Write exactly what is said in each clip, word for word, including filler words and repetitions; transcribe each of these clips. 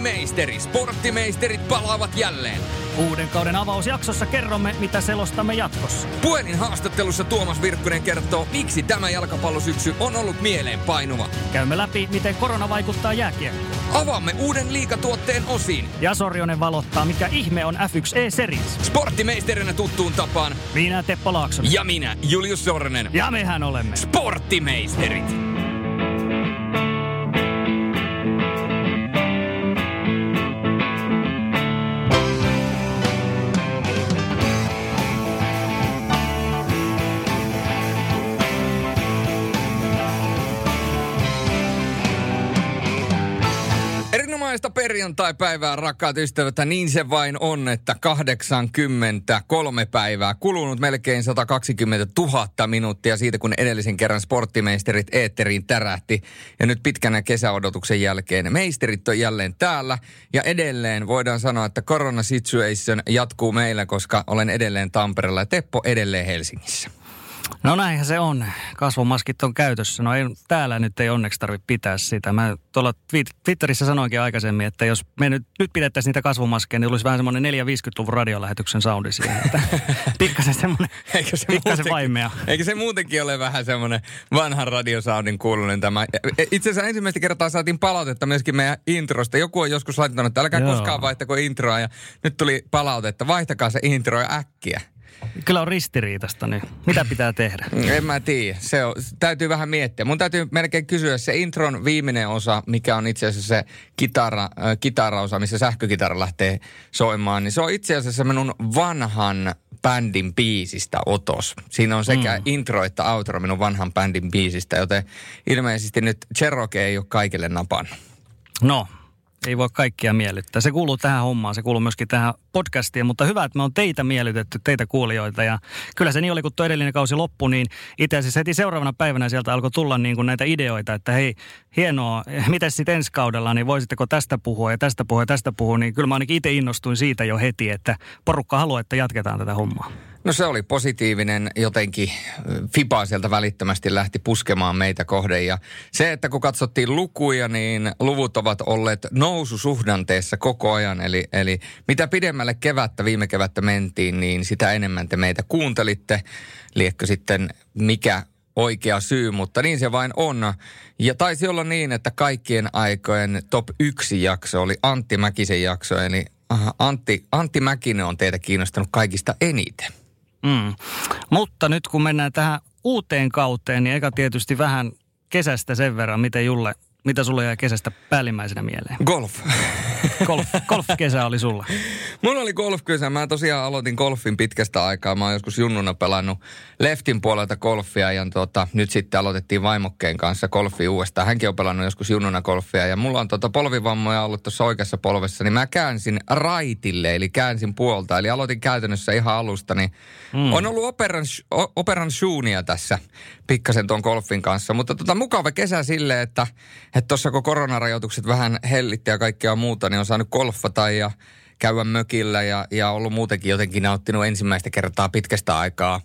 Sporttimeisteri. Sporttimeisterit palaavat jälleen. Uuden kauden avausjaksossa kerromme, mitä selostamme jatkossa. Puhelinhaastattelussa Tuomas Virkkunen kertoo, miksi tämä jalkapallosyksy on ollut mieleenpainuva. Käymme läpi, miten korona vaikuttaa jääkiekkoon. Avaamme uuden liigatuotteen osiin. Ja Sorjonen valottaa, mikä ihme on F yksi E-series. Sporttimeisterinä tuttuun tapaan. Minä Teppo Laaksonen. Ja minä, Julius Sornen. Ja mehän olemme Sporttimeisterit. Erinomaista perjantai-päivää, rakkaat ystävät. Niin se vain on, että kahdeksankymmentäkolme päivää kulunut, melkein sata kaksikymmentätuhatta minuuttia siitä, kun edellisen kerran Sporttimeisterit eetteriin tärähti. Ja nyt pitkänä kesäodotuksen jälkeen meisterit on jälleen täällä. Ja edelleen voidaan sanoa, että korona situation jatkuu meillä, koska olen edelleen Tampereella ja Teppo edelleen Helsingissä. No näinhän se on. Kasvomaskit on käytössä. No ei, täällä nyt ei onneksi tarvitse pitää sitä. Mä tuolla Twitterissä sanoinkin aikaisemmin, että jos me nyt, nyt pidettäisiin niitä kasvomaskeja, niin olisi vähän semmoinen neljäkymmentä-viisikymmentäluvun radiolähetyksen soundi siihen. Pikkasen semmoinen, se pikkasen vaimea. Eikö se muutenkin ole vähän semmoinen vanhan radiosoundin kuulunen tämä? Itse asiassa ensimmäistä kertaa saatiin palautetta myöskin meidän introsta. Joku on joskus laittanut, että älkää Joo. koskaan vaihtako introa. Ja nyt tuli palautetta, vaihtakaa se intro ja äkkiä. Kyllä on ristiriitasta, niin mitä pitää tehdä? En mä tiedä. Se on, täytyy vähän miettiä. Mun täytyy melkein kysyä se intron viimeinen osa, mikä on itse asiassa se kitara, äh, kitaraosa, missä sähkökitara lähtee soimaan. Niin se on itse asiassa minun vanhan bändin biisistä otos. Siinä on sekä mm. intro että outro minun vanhan bändin biisistä, joten ilmeisesti nyt Cherokee ei ole kaikille napannut. No. Ei voi kaikkia miellyttää. Se kuuluu tähän hommaan, se kuuluu myöskin tähän podcastiin, mutta hyvä, että me on teitä miellytetty, teitä kuulijoita. Ja kyllä se niin oli, kun tuo edellinen kausi loppui, niin itse asiassa heti seuraavana päivänä sieltä alkoi tulla niin kuin näitä ideoita, että hei, hienoa, miten sitten ensi kaudella, niin voisitteko tästä puhua ja tästä puhua ja tästä puhua, niin kyllä mä ainakin itse innostuin siitä jo heti, että porukka haluaa, että jatketaan tätä hommaa. No se oli positiivinen jotenkin. Fiba sieltä välittömästi lähti puskemaan meitä kohden. Ja se, että kun katsottiin lukuja, niin luvut ovat olleet noususuhdanteessa koko ajan. Eli, eli mitä pidemmälle kevättä, viime kevättä mentiin, niin sitä enemmän te meitä kuuntelitte. Liekkö sitten mikä oikea syy, mutta niin se vain on. Ja taisi olla niin, että kaikkien aikojen top yksi jakso oli Antti Mäkisen jakso. Eli aha, Antti, Antti Mäkinen on teitä kiinnostanut kaikista eniten. Mm. Mutta nyt kun mennään tähän uuteen kauteen, niin eka tietysti vähän kesästä sen verran, miten Julle, mitä sulle jäi kesästä päällimmäisenä mieleen? Golf. Golf, golf-kesä oli sulla. Mulla oli golf-kesä. Mä tosiaan aloitin golfin pitkästä aikaa. Mä oon joskus junnuna pelannut leftin puolelta golfia ja tuota, nyt sitten aloitettiin vaimokkeen kanssa golfia uudestaan. Hänkin on pelannut joskus junnuna golfia ja mulla on tuota polvivammoja ollut tuossa oikeassa polvessa, niin mä käänsin raitille, eli käänsin puolta. Eli aloitin käytännössä ihan alusta, niin mm. on ollut operan, operan shoonia tässä pikkasen tuon golfin kanssa. Mutta tota, mukava kesä silleen, että tuossa kun koronarajoitukset vähän hellitti ja kaikkea muuta, niin on saanut golfata ja käydä mökillä ja, ja ollut muutenkin jotenkin nauttinut ensimmäistä kertaa pitkästä aikaa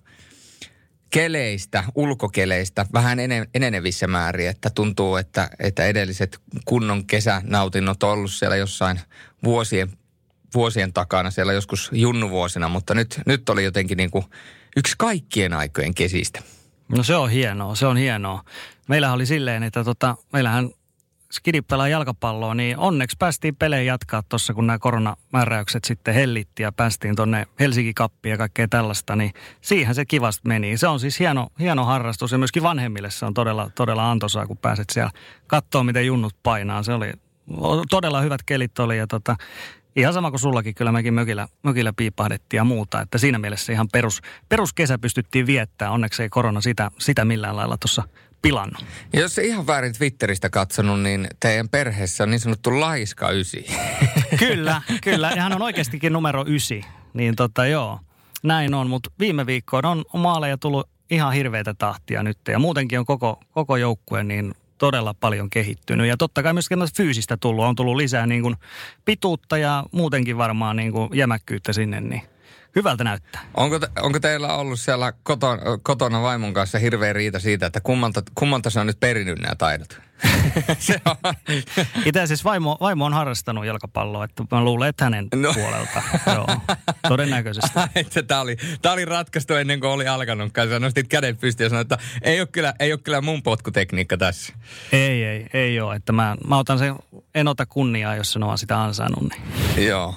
keleistä, ulkokeleistä, vähän ene, enenevissä määrin, että tuntuu, että, että edelliset kunnon kesänautinnot on ollut siellä jossain vuosien, vuosien takana, siellä joskus junnuvuosina, mutta nyt, nyt oli jotenkin niin kuin yksi kaikkien aikojen kesistä. No se on hienoa, se on hienoa. Meillähän oli silleen, että tota, meillähän Skidip pelaa jalkapalloa, niin onneksi päästiin pelejä jatkaa tuossa, kun nämä koronamääräykset sitten hellitti ja päästiin tuonne Helsinki-kappiin ja kaikkea tällaista, niin siihen se kivasti meni. Se on siis hieno, hieno harrastus ja myöskin vanhemmille se on todella, todella antoisaa, kun pääset siellä katsoa, miten junnut painaa. Se oli todella hyvät kelit oli ja tota, ihan sama kuin sullakin, kyllä mekin mökillä, mökillä piipahdettiin ja muuta, että siinä mielessä ihan perus, peruskesä pystyttiin viettämään. Onneksi ei korona sitä, sitä millään lailla tuossa pilannut. Ja jos ihan väärin Twitteristä katsonut, niin teidän perheessä on niin sanottu laiska ysi. Kyllä, kyllä. Ja hän on oikeastikin numero ysi. Niin tota joo, näin on. Mutta viime viikkoon on maaleja tullut ihan hirveätä tahtia nyt. Ja muutenkin on koko, koko joukkue niin todella paljon kehittynyt. Ja totta kai myöskin fyysistä tullut. On tullut lisää niin kuin pituutta ja muutenkin varmaan niin kuin jämäkkyyttä sinne, niin hyvältä näyttää. Onko, te, onko teillä ollut siellä kotona, kotona vaimon kanssa hirveä riita siitä, että kummalta, kummalta se on nyt perinnyt nämä taidot? Se on. Itse siis vaimo, vaimo on harrastanut jalkapalloa, että mä luulen, että hänen no. puolelta. Joo, todennäköisesti. Tämä oli, tämä oli ratkaistu ennen kuin oli alkanut. Sä nostit kädet pystyyn ja sanoit, että ei ole kyllä, ei ole kyllä mun potkutekniikka tässä. Ei, ei, ei ole. Että mä, mä otan sen, en ota kunniaa, jos sen on sitä ansainnut. Niin. Joo.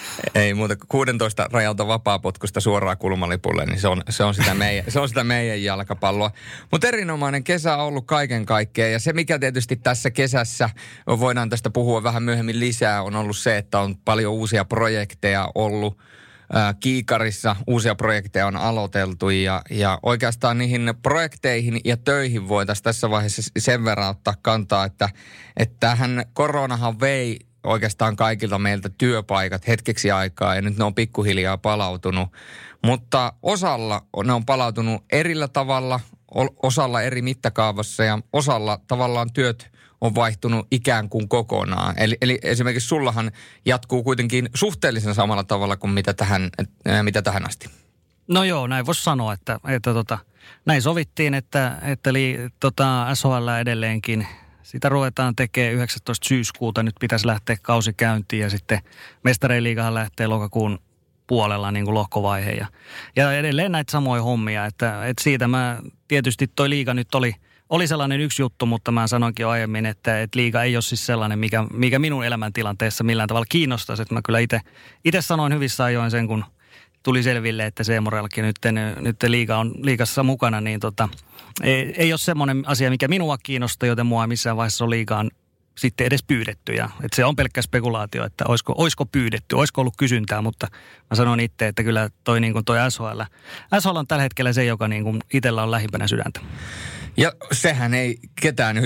Ei muuta kuin kuusitoista rajalta vapaapotkusta suoraan kulmalipulle, niin se on, se on, sitä, meidän, se on sitä meidän jalkapalloa. Mutta erinomainen kesä on ollut kaiken kaikkiaan. Ja se, mikä tietysti tässä kesässä, voidaan tästä puhua vähän myöhemmin lisää, on ollut se, että on paljon uusia projekteja ollut. Ää, Kiikarissa uusia projekteja on aloiteltu ja, ja oikeastaan niihin projekteihin ja töihin voitaisiin tässä vaiheessa sen verran ottaa kantaa, että, että tähän koronahan vei oikeastaan kaikilta meiltä työpaikat hetkeksi aikaa ja nyt ne on pikkuhiljaa palautunut. Mutta osalla ne on palautunut erillä tavalla, osalla eri mittakaavassa ja osalla tavallaan työt on vaihtunut ikään kuin kokonaan. Eli, eli esimerkiksi sullahan jatkuu kuitenkin suhteellisen samalla tavalla kuin mitä tähän, äh, mitä tähän asti. No joo, näin voisi sanoa, että, että tota, näin sovittiin, että, että li, tota, S H L edelleenkin sitä ruvetaan tekemään yhdeksästoista syyskuuta. Nyt pitäisi lähteä kausi käyntiin ja sitten Mestariliigahan lähtee lokakuun puolella niin kuin lohkovaihe. Ja, ja edelleen näitä samoja hommia, että, että siitä mä tietysti toi liiga nyt oli, oli sellainen yksi juttu, mutta mä sanoinkin jo aiemmin, että, että liiga ei ole siis sellainen, mikä, mikä minun elämäntilanteessa millään tavalla kiinnostaisi. Että mä kyllä itse sanoin hyvissä ajoin sen, kun tuli selville, että Seemorelkin nyt, nyt liiga on liigassa mukana, niin tota, ei, ei ole semmoinen asia, mikä minua kiinnostaa, joten mua ei missään vaiheessa on liigaan sitten edes pyydetty. Ja, että se on pelkkä spekulaatio, että olisiko, olisiko pyydetty, olisiko ollut kysyntää, mutta mä sanon itse, että kyllä toi, niin kuin toi S H L, S H L on tällä hetkellä se, joka niin kuin itsellä on lähimpänä sydäntä. Ja sehän ei ketään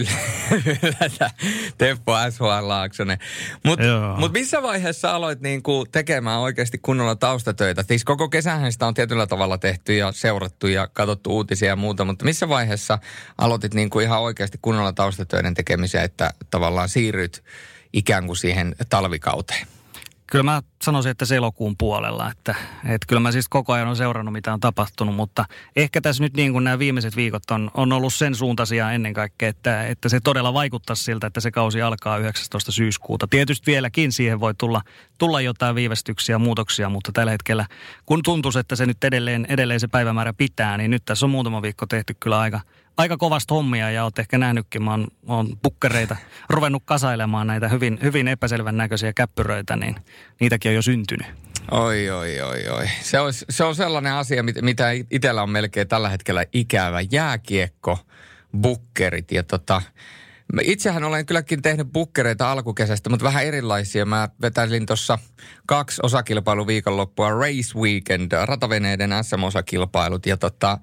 yllätä, Teppo S H L Laaksonen. Mutta mut missä vaiheessa aloit niinku tekemään oikeasti kunnolla taustatöitä? Siis koko kesähän sitä on tietyllä tavalla tehty ja seurattu ja katsottu uutisia ja muuta, mutta missä vaiheessa aloitit niinku ihan oikeasti kunnolla taustatöiden tekemiseen, että tavallaan siirryt ikään kuin siihen talvikauteen? Kyllä mä sanoisin, että se elokuun puolella, että, että kyllä mä siis koko ajan on seurannut, mitä on tapahtunut, mutta ehkä tässä nyt niin kuin nämä viimeiset viikot on, on ollut sen suuntaisia ennen kaikkea, että, että se todella vaikuttaisi siltä, että se kausi alkaa yhdeksästoista syyskuuta. Tietysti vieläkin siihen voi tulla, tulla jotain viivästyksiä ja muutoksia, mutta tällä hetkellä, kun tuntuisi, että se nyt edelleen, edelleen se päivämäärä pitää, niin nyt tässä on muutama viikko tehty kyllä aika, aika kovasta hommia ja olet ehkä nähnytkin, mä oon, mä oon pukkereita ruvennut kasailemaan näitä hyvin, hyvin epäselvän näköisiä käppyröitä, niin niitäkin on jo syntynyt. Oi, oi, oi, oi. Se on, se on sellainen asia, mitä itsellä on melkein tällä hetkellä ikävä. Jääkiekko, bukkerit ja tota... Itsehän olen kylläkin tehnyt bukkereita alkukesästä, mutta vähän erilaisia. Mä vetäisin tuossa kaksi osakilpailuviikonloppua, Race Weekend, rataveneiden S M-osakilpailut ja tota...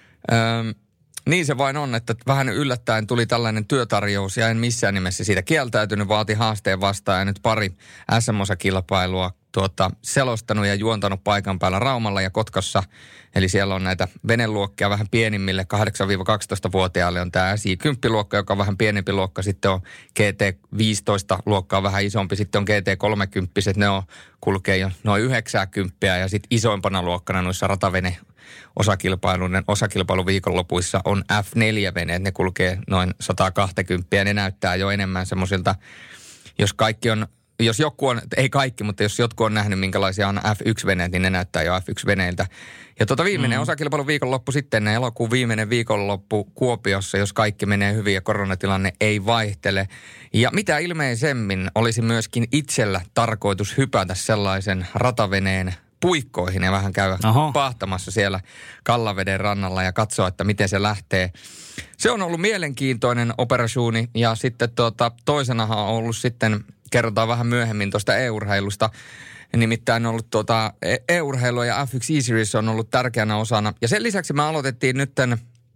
Ähm, Niin se vain on, että vähän yllättäen tuli tällainen työtarjous ja en missään nimessä siitä kieltäytynyt, vaati haasteen vastaan ja nyt pari S M-osakilpailua tuota, selostanut ja juontanut paikan päällä Raumalla ja Kotkassa. Eli siellä on näitä veneluokkia vähän pienimmille, kahdeksan-kaksitoista-vuotiaille on tämä S I kymmenen-luokka, joka on vähän pienempi luokka. Sitten on G T viisitoista luokkaa vähän isompi, sitten on G T kolmekymmentä, ne on, kulkee jo noin yhdeksänkymmentä ja sitten isoimpana luokkana noissa ratavene osakilpailuiden osakilpailuviikonlopuissa on F neljä-veneet, ne kulkee noin sata kaksikymmentä ja ne näyttää jo enemmän semmoisilta, jos kaikki on, jos joku on, ei kaikki, mutta jos jotkut on nähnyt minkälaisia on F yksi-veneet, niin ne näyttää jo F yksi-veneiltä. Ja tuota viimeinen mm. osakilpailuviikonloppu sitten, ne elokuun viimeinen viikonloppu Kuopiossa, jos kaikki menee hyvin ja koronatilanne ei vaihtele. Ja mitä ilmeisemmin olisi myöskin itsellä tarkoitus hypätä sellaisen rataveneen puikkoihin ja vähän käydä Oho. pahtamassa siellä Kallaveden rannalla ja katsoa, että miten se lähtee. Se on ollut mielenkiintoinen operasuuni ja sitten tuota, toisenahan on ollut sitten, kerrotaan vähän myöhemmin tuosta e-urheilusta, nimittäin on ollut tuota, e-urheilua ja F yksi E-Series on ollut tärkeänä osana. Ja sen lisäksi me aloitettiin nytten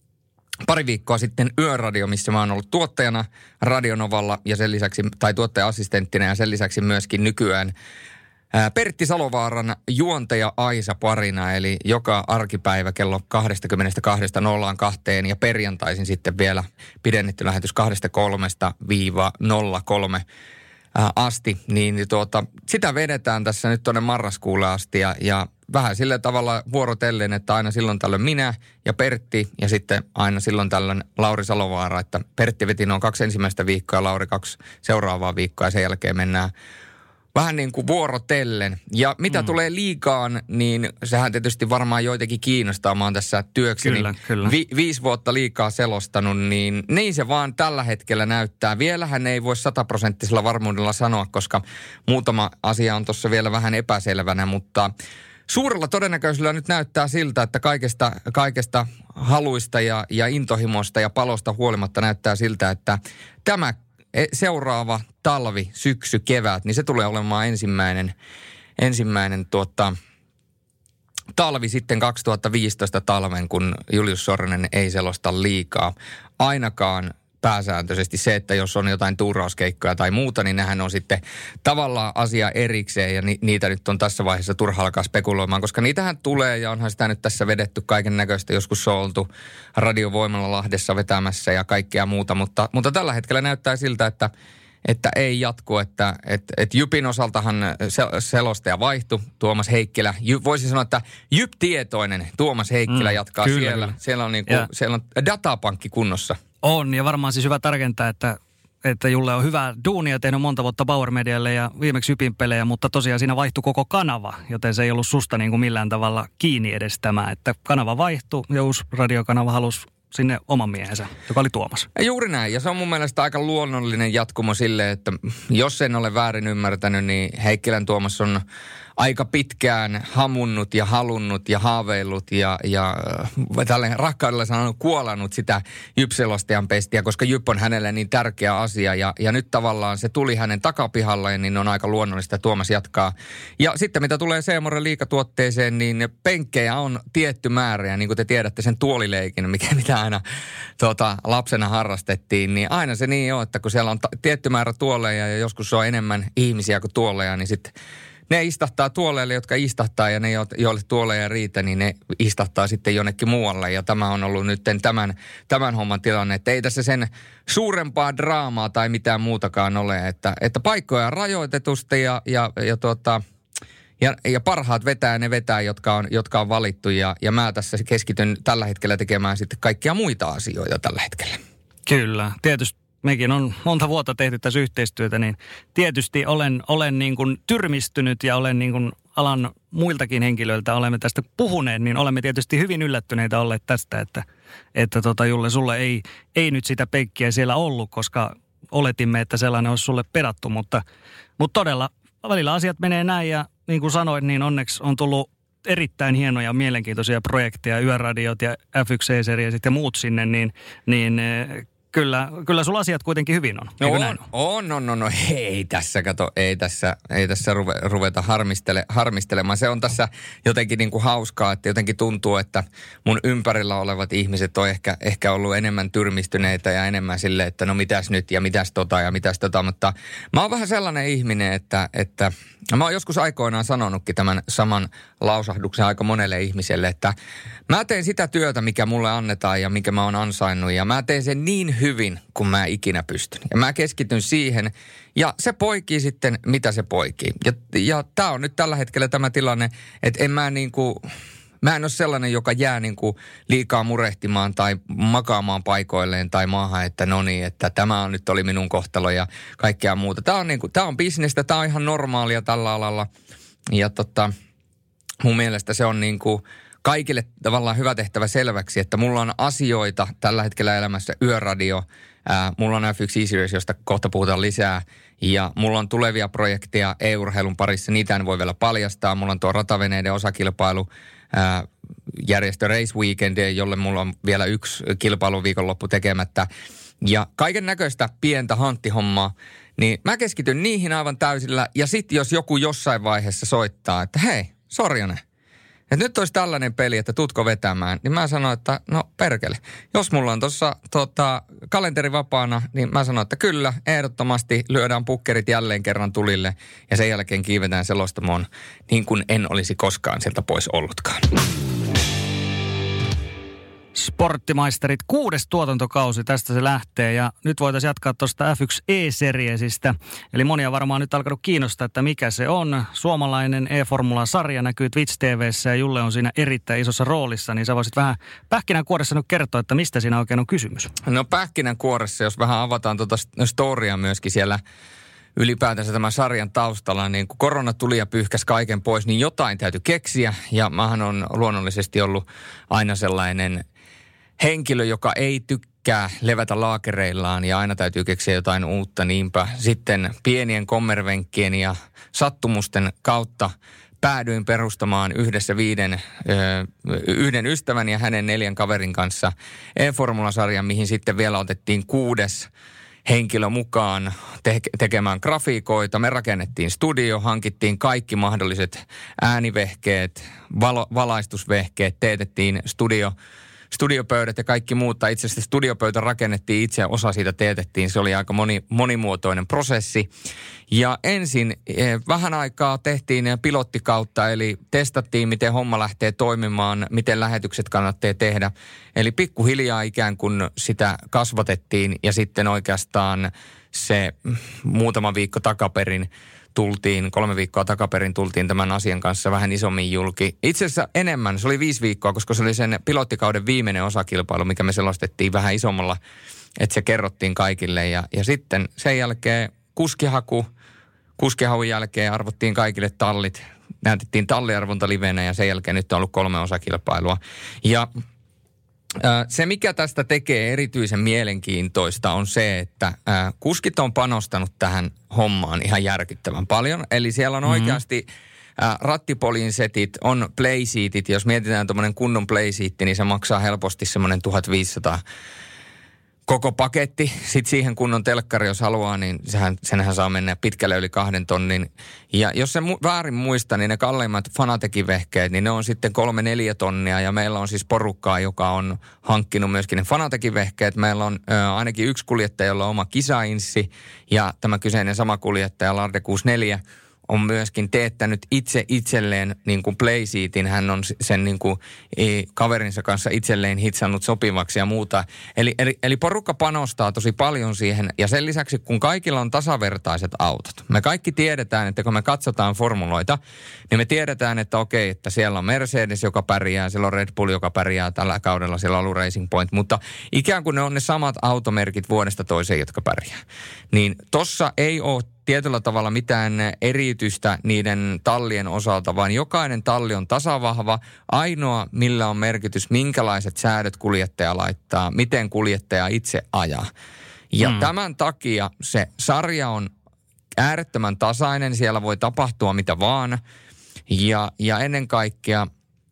pari viikkoa sitten Yöradio, missä mä oon ollut tuottajana Radionovalla ja sen lisäksi, tai tuottaja-assistenttina ja sen lisäksi myöskin nykyään Pertti Salovaaran juontaja Aisa parina, eli joka arkipäivä kello kaksikymmentäkaksi nolla kaksi ja perjantaisin sitten vielä pidennetty lähetys kaksikymmentäkolme nolla kolme asti, niin tuota, sitä vedetään tässä nyt tuonne marraskuulle asti ja, ja vähän sillä tavalla vuorotellen, että aina silloin tällöin minä ja Pertti ja sitten aina silloin tällöin Lauri Salovaara, että Pertti veti noin kaksi ensimmäistä viikkoa ja Lauri kaksi seuraavaa viikkoa ja sen jälkeen mennään vähän niin kuin vuorotellen. Ja mitä mm. tulee liigaan, niin sehän tietysti varmaan joitakin kiinnostaa. Mä oon tässä työkseni kyllä, kyllä. Vi- viisi vuotta liikaa selostanut, niin niin se vaan tällä hetkellä näyttää. Vielähän ei voi sataprosenttisella varmuudella sanoa, koska muutama asia on tuossa vielä vähän epäselvänä, mutta suurella todennäköisyydellä nyt näyttää siltä, että kaikesta, kaikesta haluista ja, ja intohimosta ja palosta huolimatta näyttää siltä, että tämä seuraava talvi, syksy, kevät, niin se tulee olemaan ensimmäinen, ensimmäinen tuota, talvi sitten kaksituhattaviisitoista talven, kun Julius Sorinen ei selosta liikaa. Ainakaan pääsääntöisesti se, että jos on jotain tuurauskeikkoja tai muuta, niin nehän on sitten tavallaan asia erikseen ja ni- niitä nyt on tässä vaiheessa turha alkaa spekuloimaan, koska niitähän tulee ja onhan sitä nyt tässä vedetty kaiken näköistä. Joskus on oltu radiovoimalla Lahdessa vetämässä ja kaikkea muuta, mutta, mutta tällä hetkellä näyttää siltä, että että ei jatku, että et, et Jypin osaltahan se, selostaja vaihtui, Tuomas Heikkilä. Jy, voisi sanoa, että Jyp-tietoinen Tuomas Heikkilä mm, jatkaa kyllä, siellä. Kyllä. Siellä on, niinku, siellä on datapankki kunnossa. On, ja varmaan siis hyvä tarkentaa, että, että Julle on hyvä duunia, tehnyt monta vuotta Power Medialle ja viimeksi Jypin pelejä, mutta tosiaan siinä vaihtui koko kanava, joten se ei ollut susta niin kuin millään tavalla kiinni edes tämä, että kanava vaihtui ja uusi radiokanava halusi sinne oman miehensä, joka oli Tuomas. Juuri näin, ja se on mun mielestä aika luonnollinen jatkumo sille, että jos en ole väärin ymmärtänyt, niin Heikkilän Tuomas on aika pitkään hamunnut ja halunnut ja haaveillut ja, ja tälleen rakkaudella sanonut kuolannut sitä Jyp-selostajan pestiä, koska Jyp on hänelle niin tärkeä asia ja, ja nyt tavallaan se tuli hänen takapihalleen, niin on aika luonnollista, että Tuomas jatkaa. Ja sitten mitä tulee Seemoren liigatuotteeseen, niin penkkejä on tietty määrä ja niin kuin te tiedätte sen tuolileikin, mikä mitä aina tuota, lapsena harrastettiin, niin aina se niin on, että kun siellä on ta- tietty määrä tuoleja ja joskus on enemmän ihmisiä kuin tuoleja, niin sitten ne istahtaa tuoleille, jotka istahtaa ja ne, joille tuoleja riitä, niin ne istahtaa sitten jonnekin muualle. Ja tämä on ollut nyt tämän, tämän homman tilanne, että ei tässä sen suurempaa draamaa tai mitään muutakaan ole. Että, että paikkoja on rajoitetusti ja, ja, ja, tuota, ja, ja parhaat vetää ne vetää, jotka on, jotka on valittu. Ja, ja mä tässä keskityn tällä hetkellä tekemään sitten kaikkia muita asioita tällä hetkellä. Kyllä, tietysti. Mekin on monta vuotta tehty tässä yhteistyötä, niin tietysti olen, olen niin kuin tyrmistynyt ja olen niin kuin alan muiltakin henkilöiltä olemme tästä puhuneet, niin olemme tietysti hyvin yllättyneitä olleet tästä, että, että tota Julle, sulle ei, ei nyt sitä peikkiä siellä ollut, koska oletimme, että sellainen olisi sulle pedattu, mutta, mutta todella välillä asiat menee näin ja niin kuin sanoit, niin onneksi on tullut erittäin hienoja, mielenkiintoisia projekteja, Yöradiot ja F yksi C-seriasit ja muut sinne, niin, niin Kyllä, kyllä sulla asiat kuitenkin hyvin on. No on, on, on, on, no ei tässä, kato, ei tässä, ei tässä ruve, ruveta harmistele, harmistelemaan. Se on tässä jotenkin niin kuin hauskaa, että jotenkin tuntuu, että mun ympärillä olevat ihmiset on ehkä, ehkä ollut enemmän tyrmistyneitä ja enemmän silleen, että no mitäs nyt ja mitäs tota ja mitäs tota, mutta mä oon vähän sellainen ihminen, että, että mä oon joskus aikoinaan sanonutkin tämän saman lausahduksen aika monelle ihmiselle, että mä teen sitä työtä, mikä mulle annetaan ja mikä mä oon ansainnut ja mä teen sen niin hyvin, kun mä ikinä pystyn. Ja mä keskityn siihen ja se poikii sitten, mitä se poikii. Ja, ja tää on nyt tällä hetkellä tämä tilanne, että en mä niinku, mä en ole sellainen, joka jää niinku liikaa murehtimaan tai makaamaan paikoilleen tai maahan, että no niin, että tämä on nyt oli minun kohtalo ja kaikkea muuta. Tää on niinku, tää on bisnestä, tää on ihan normaalia tällä alalla ja tota, mun mielestä se on niinku kaikille tavallaan hyvä tehtävä selväksi, että mulla on asioita tällä hetkellä elämässä, Yöradio, ää, mulla on F yksi E-Series, josta kohta puhutaan lisää, ja mulla on tulevia projekteja e-urheilun parissa, niitä en voi vielä paljastaa. Mulla on tuo rataveneiden osakilpailu, ää, järjestö Race Weekend, jolle mulla on vielä yksi kilpailu viikonloppu tekemättä, ja kaiken näköistä pientä hanttihommaa, niin mä keskityn niihin aivan täysillä, ja sitten jos joku jossain vaiheessa soittaa, että hei, Sorjonen, että nyt olisi tällainen peli, että tutko vetämään, niin mä sanoin, että no perkele. Jos mulla on tuossa tota, kalenteri vapaana, niin mä sanoin, että kyllä, ehdottomasti lyödään pukkerit jälleen kerran tulille ja sen jälkeen kiivetään selostamoon niin kuin en olisi koskaan sieltä pois ollutkaan. Sporttimaisterit, kuudes tuotantokausi, tästä se lähtee ja nyt voitaisiin jatkaa tuosta F yksi E-seriesistä. Eli monia varmaan nyt alkanut kiinnostaa, että mikä se on. Suomalainen E-formula-sarja näkyy Twitch T V:ssä ja Julle on siinä erittäin isossa roolissa, niin sä voisit vähän pähkinänkuoressa nyt kertoa, että mistä siinä oikein on kysymys. No pähkinänkuoressa, jos vähän avataan tuota storya myöskin siellä ylipäätänsä tämän sarjan taustalla, niin kun korona tuli ja pyyhkäsi kaiken pois, niin jotain täytyy keksiä ja mähän on luonnollisesti ollut aina sellainen henkilö, joka ei tykkää levätä laakereillaan ja aina täytyy keksiä jotain uutta. Niinpä sitten pienien kommervenkkien ja sattumusten kautta päädyin perustamaan yhdessä viiden, ö, yhden ystävän ja hänen neljän kaverin kanssa E-formula-sarjan, mihin sitten vielä otettiin kuudes henkilö mukaan te- tekemään grafiikoita. Me rakennettiin studio, hankittiin kaikki mahdolliset äänivehkeet, valo- valaistusvehkeet, teetettiin studio studiopöydät ja kaikki muut, tai itse asiassa studiopöytä rakennettiin itse, osa siitä teetettiin, se oli aika moni, monimuotoinen prosessi. Ja ensin eh, vähän aikaa tehtiin pilottikautta, eli testattiin, miten homma lähtee toimimaan, miten lähetykset kannattaa tehdä. Eli pikkuhiljaa ikään kuin sitä kasvatettiin, ja sitten oikeastaan se muutama viikko takaperin tultiin, kolme viikkoa takaperin tultiin tämän asian kanssa vähän isommin julki. Itse asiassa enemmän, se oli viisi viikkoa, koska se oli sen pilottikauden viimeinen osakilpailu, mikä me selostettiin vähän isommalla, että se kerrottiin kaikille. Ja, ja sitten sen jälkeen kuskihaku, kuskihauun jälkeen arvottiin kaikille tallit, näytettiin talliarvonta livenä ja sen jälkeen nyt on ollut kolme osakilpailua. Ja se, mikä tästä tekee erityisen mielenkiintoista, on se, että kuskit on panostanut tähän hommaan ihan järkyttävän paljon. Eli siellä on mm-hmm. oikeasti rattipoliin setit, on playseatit. Jos mietitään tuommoinen kunnon playseatti, niin se maksaa helposti semmoinen tuhatviisisataa koko paketti. Sitten siihen kunnon telkkari, jos haluaa, niin sehän, senhän saa mennä pitkälle yli kahden tonnin. Ja jos se mu- väärin muista, niin ne kalleimmat Fanatec-vehkeet, niin ne on sitten kolme neljä tonnia. Ja meillä on siis porukkaa, joka on hankkinut myöskin ne Fanatec-vehkeet. Meillä on ö, ainakin yksi kuljettaja, jolla on oma kisainssi. Ja tämä kyseinen sama kuljettaja, Larde kuusikymmentäneljä, on myöskin teettänyt itse itselleen niin kuin playseatin. Hän on sen niin kuin kaverinsa kanssa itselleen hitsannut sopivaksi ja muuta. Eli, eli, eli porukka panostaa tosi paljon siihen. Ja sen lisäksi, kun kaikilla on tasavertaiset autot. Me kaikki tiedetään, että kun me katsotaan formuloita, niin me tiedetään, että okei, että siellä on Mercedes, joka pärjää, siellä on Red Bull, joka pärjää tällä kaudella, siellä on ollut Racing Point. Mutta ikään kuin ne on ne samat automerkit vuodesta toiseen, jotka pärjää. Niin tossa ei ole tietyllä tavalla mitään eriytystä niiden tallien osalta, vaan jokainen talli on tasavahva. Ainoa, millä on merkitys, minkälaiset säädöt kuljettaja laittaa, miten kuljettaja itse ajaa. Ja mm. tämän takia se sarja on äärettömän tasainen, siellä voi tapahtua mitä vaan. Ja, ja ennen kaikkea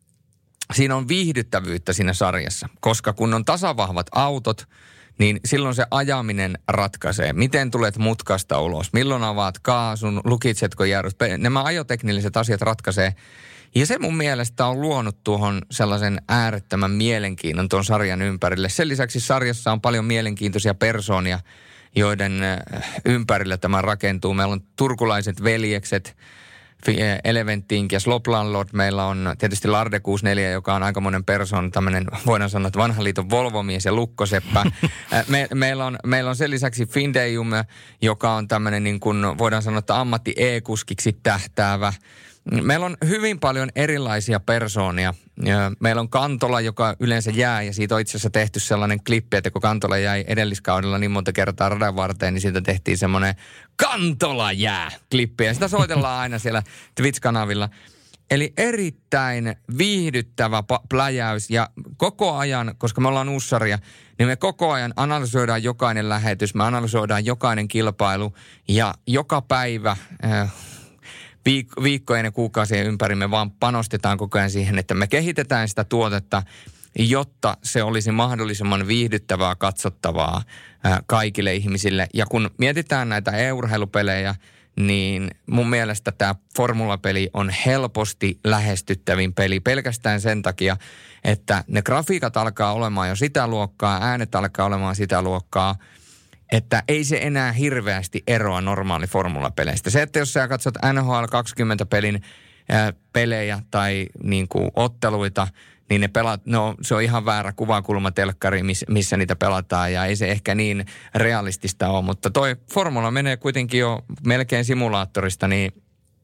siinä on viihdyttävyyttä siinä sarjassa, koska kun on tasavahvat autot, niin silloin se ajaminen ratkaisee. Miten tulet mutkasta ulos? Milloin avaat kaasun? Lukitsetko jarrut? Nämä ajoteknilliset asiat ratkaisee. Ja se mun mielestä on luonut tuohon sellaisen äärettömän mielenkiinnon tuon sarjan ympärille. Sen lisäksi sarjassa on paljon mielenkiintoisia persoonia, joiden ympärille tämä rakentuu. Meillä on turkulaiset veljekset, Eleventing ja Sloplandlord. Meillä on tietysti Larde kuusikymmentäneljä, joka on aikamoinen persoon, tämmöinen voidaan sanoa, että vanhan liiton Volvomies ja Lukkoseppä. Me, meillä, on, meillä on sen lisäksi Findeum, joka on tämmöinen niin kuin voidaan sanoa, että ammatti E-kuskiksi tähtäävä. Meillä on hyvin paljon erilaisia persoonia. Meillä on Kantola, joka yleensä jää, ja siitä on itse asiassa tehty sellainen klippi, että kun Kantola jäi edelliskaudella niin monta kertaa radan varteen, niin siitä tehtiin semmoinen Kantola jää -klippi, ja sitä soitellaan aina siellä Twitch-kanavilla. Eli erittäin viihdyttävä pa- pläjäys, ja koko ajan, koska me ollaan uussarja, niin me koko ajan analysoidaan jokainen lähetys, me analysoidaan jokainen kilpailu, ja joka päivä Äh, Viik- viikkojen ja kuukausien ympäri me vaan panostetaan koko ajan siihen, että me kehitetään sitä tuotetta, jotta se olisi mahdollisimman viihdyttävää, katsottavaa ää, kaikille ihmisille. Ja kun mietitään näitä e-urheilupelejä, niin mun mielestä tämä formulapeli on helposti lähestyttävin peli pelkästään sen takia, että ne grafiikat alkaa olemaan jo sitä luokkaa, äänet alkaa olemaan sitä luokkaa, että ei se enää hirveästi eroa normaali formulapeleistä. Se, että jos sä katsot N H L kaksikymmentä pelin ää, pelejä tai niin kuin otteluita, niin ne pelat, no se on ihan väärä kuvakulma telkkari, miss, missä niitä pelataan ja ei se ehkä niin realistista ole, mutta toi formula menee kuitenkin jo melkein simulaattorista, niin,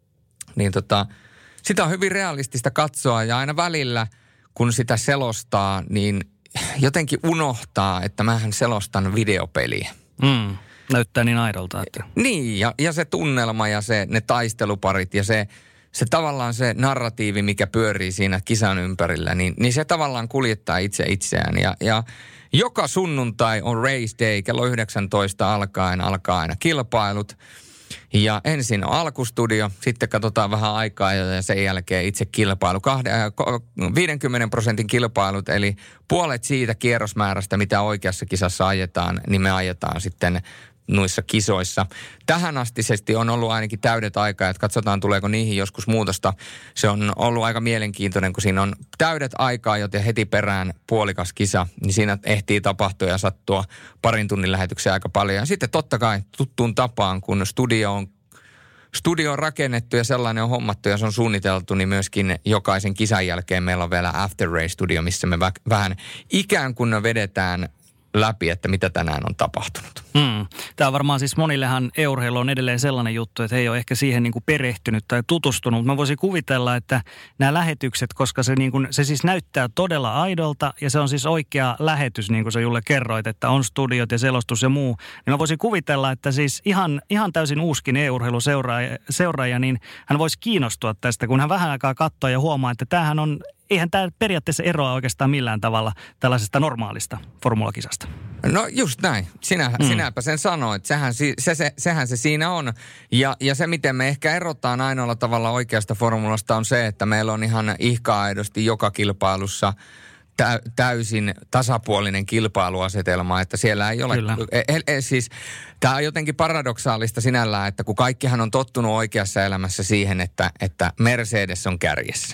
niin tota, sitä on hyvin realistista katsoa ja aina välillä, kun sitä selostaa, niin jotenkin unohtaa, että mähän selostan videopeliä. Mm, näyttää niin aidolta. Että. Niin, ja, ja se tunnelma ja se, ne taisteluparit ja se, se tavallaan se narratiivi, mikä pyörii siinä kisan ympärillä, niin, niin se tavallaan kuljettaa itse itseään. Ja, ja joka sunnuntai on race day, kello yhdeksäntoista alkaen alkaa aina kilpailut. Ja ensin on alkustudio, sitten katsotaan vähän aikaa ja sen jälkeen itse kilpailu. Kahde, äh, viidenkymmenen prosentin kilpailut, eli puolet siitä kierrosmäärästä, mitä oikeassa kisassa ajetaan, niin me ajetaan sitten noissa kisoissa. Tähän astisesti on ollut ainakin täydet aikaa, että katsotaan tuleeko niihin joskus muutosta. Se on ollut aika mielenkiintoinen, kun siinä on täydet aikaa, joten heti perään puolikas kisa, niin siinä ehtii tapahtua ja sattua parin tunnin lähetyksiä aika paljon. Ja sitten totta kai tuttuun tapaan, kun studio on, studio on rakennettu ja sellainen on hommattu ja se on suunniteltu, niin myöskin jokaisen kisan jälkeen meillä on vielä after race studio, missä me vä- vähän ikään kuin vedetään läpi, että mitä tänään on tapahtunut. Mm. Tämä on varmaan siis monillehan e-urheilu on edelleen sellainen juttu, että he ei ole ehkä siihen niin kuin perehtynyt tai tutustunut. Mä voisin kuvitella, että nämä lähetykset, koska se, niin kuin, se siis näyttää todella aidolta ja se on siis oikea lähetys, niin kuin sä Julle kerroit, että on studiot ja selostus ja muu. Niin mä voisin kuvitella, että siis ihan, ihan täysin uuskin e-urheiluseuraaja, seuraaja, niin hän voisi kiinnostua tästä, kun hän vähän aikaa katsoo ja huomaa, että tämähän on eihän tämä periaatteessa eroa oikeastaan millään tavalla tällaisesta normaalista formulakisasta. No just näin. Sinä, mm. Sinäpä sen sanoit. Sehän se, se, sehän se siinä on. Ja, ja se, miten me ehkä erotaan ainoalla tavalla oikeasta formulasta on se, että meillä on ihan ihka-aidosti joka kilpailussa täysin tasapuolinen kilpailuasetelma, että siellä ei ole, e, e, siis tämä on jotenkin paradoksaalista sinällään, että kun kaikkihan on tottunut oikeassa elämässä siihen, että, että Mercedes on kärjessä.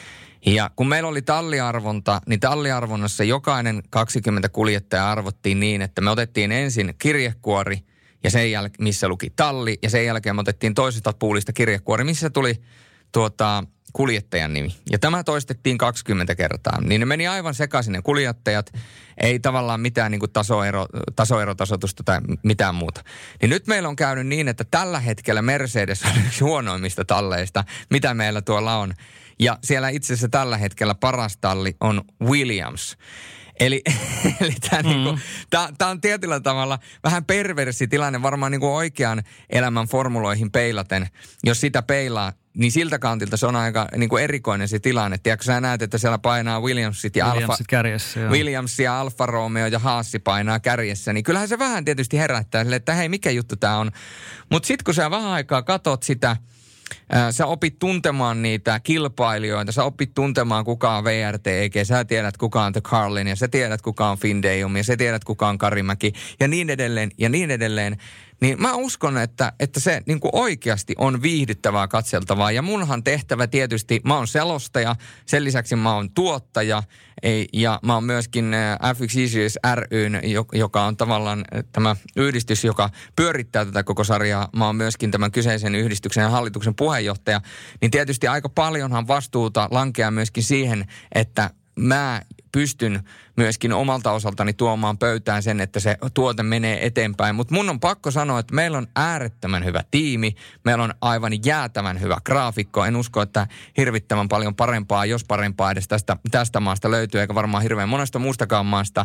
Ja kun meillä oli talliarvonta, niin talliarvonnassa jokainen kaksikymmentä kuljettajaa arvottiin niin, että me otettiin ensin kirjekuori, ja sen jäl- missä luki talli, ja sen jälkeen me otettiin toisesta puulista kirjekuori, missä tuli tuota, kuljettajan nimi. Ja tämä toistettiin kaksikymmentä kertaa. Niin ne meni aivan sekaisin ne kuljettajat, ei tavallaan mitään niin kuin tasoero, tasoerotasoitusta tai mitään muuta. Niin nyt meillä on käynyt niin, että tällä hetkellä Mercedes on yksi huonoimmista talleista, mitä meillä tuolla on. Ja siellä itse asiassa tällä hetkellä paras talli on Williams. Eli, eli tämä mm. niinku, on tietyllä tavalla vähän perversi tilanne varmaan niinku oikean elämän formuloihin peilaten. Jos sitä peilaa, niin siltä kantilta se on aika niinku erikoinen se tilanne. Tiedätkö, sä näet, että siellä painaa Williamsit ja Williamsit Alfa, kärjessä, Williams ja Alfa Romeo ja Haassi painaa kärjessä. Niin kyllähän se vähän tietysti herättää sille, että hei, mikä juttu tämä on. Mutta sitten kun sä vähän aikaa katot sitä, sä opit tuntemaan niitä kilpailijoita, sä opit tuntemaan kuka on V R T E G, sä tiedät kuka on The Carlin ja sä tiedät kuka on Findeum ja sä tiedät kuka on Karimäki ja niin edelleen ja niin edelleen. Niin mä uskon, että, että se niin kuin oikeasti on viihdyttävää katseltavaa. Ja munhan tehtävä tietysti, mä oon selostaja, sen lisäksi mä oon tuottaja ja mä oon myöskin F yksi Series ry:n, joka on tavallaan tämä yhdistys, joka pyörittää tätä koko sarjaa. Mä oon myöskin tämän kyseisen yhdistyksen ja hallituksen puheenjohtaja. Niin tietysti aika paljonhan vastuuta lankeaa myöskin siihen, että mä pystyn myöskin omalta osaltani tuomaan pöytään sen, että se tuote menee eteenpäin. Mutta mun on pakko sanoa, että meillä on äärettömän hyvä tiimi. Meillä on aivan jäätävän hyvä graafikko. En usko, että hirvittävän paljon parempaa, jos parempaa edes tästä, tästä maasta löytyy, eikä varmaan hirveän monesta muustakaan maasta.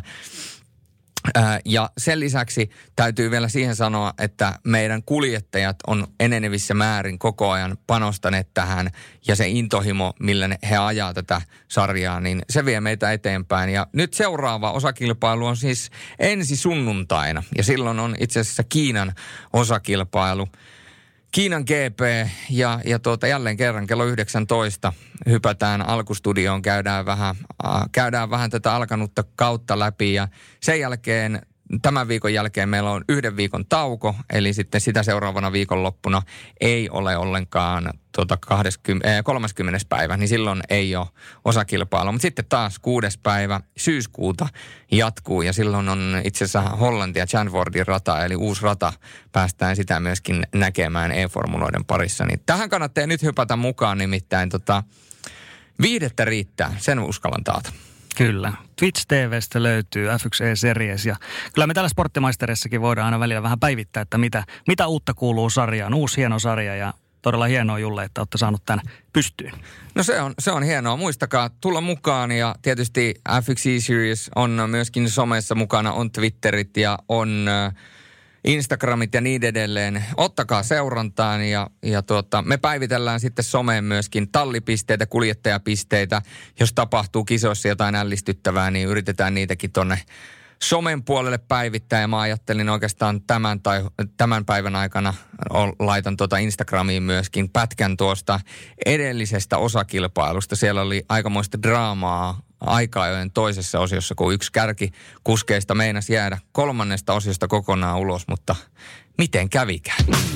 Ja sen lisäksi täytyy vielä siihen sanoa, että meidän kuljettajat on enenevissä määrin koko ajan panostaneet tähän ja se intohimo, millä he ajaa tätä sarjaa, niin se vie meitä eteenpäin. Ja nyt seuraava osakilpailu on siis ensi sunnuntaina ja silloin on itse asiassa Kiinan osakilpailu. Kiinan G P ja, ja tuota, jälleen kerran kello yhdeksäntoista hypätään alkustudioon, käydään vähän, äh, käydään vähän tätä alkanutta kautta läpi ja sen jälkeen, tämän viikon jälkeen meillä on yhden viikon tauko, eli sitten sitä seuraavana viikonloppuna ei ole ollenkaan tuota kaksikymmentä, äh, kolmaskymmenes päivä, niin silloin ei ole osakilpailua. Mutta sitten taas kuudes päivä syyskuuta jatkuu ja silloin on itse asiassa Hollanti ja Zandvoortin rata, eli uusi rata. Päästään sitä myöskin näkemään e-formuloiden parissa. Niin tähän kannattaa nyt hypätä mukaan, nimittäin tota, Viihdettä riittää, sen uskallan taata. Kyllä. Twitch T V:stä löytyy F yksi E-series ja kyllä me täällä Sporttimaisterissakin voidaan aina välillä vähän päivittää, että mitä, mitä uutta kuuluu sarjaan. Uusi hieno sarja ja todella hienoa, Julle, että olette saanut tämän pystyyn. No se on, se on hienoa. Muistakaa tulla mukaan ja tietysti F yksi E-series on myöskin somessa mukana, on Twitterit ja on Instagramit ja niin edelleen. Ottakaa seurantaan ja, ja tuota, me päivitellään sitten someen myöskin tallipisteitä, kuljettajapisteitä. Jos tapahtuu kisoissa jotain ällistyttävää, niin yritetään niitäkin tonne somen puolelle päivittää. Ja mä ajattelin oikeastaan tämän, tai, tämän päivän aikana laitan tuota Instagramiin myöskin pätkän tuosta edellisestä osakilpailusta. Siellä oli aikamoista draamaa aika-ajojen toisessa osiossa, kun yksi kärki kuskeista meinasi jäädä kolmannesta osiosta kokonaan ulos, mutta miten kävikään?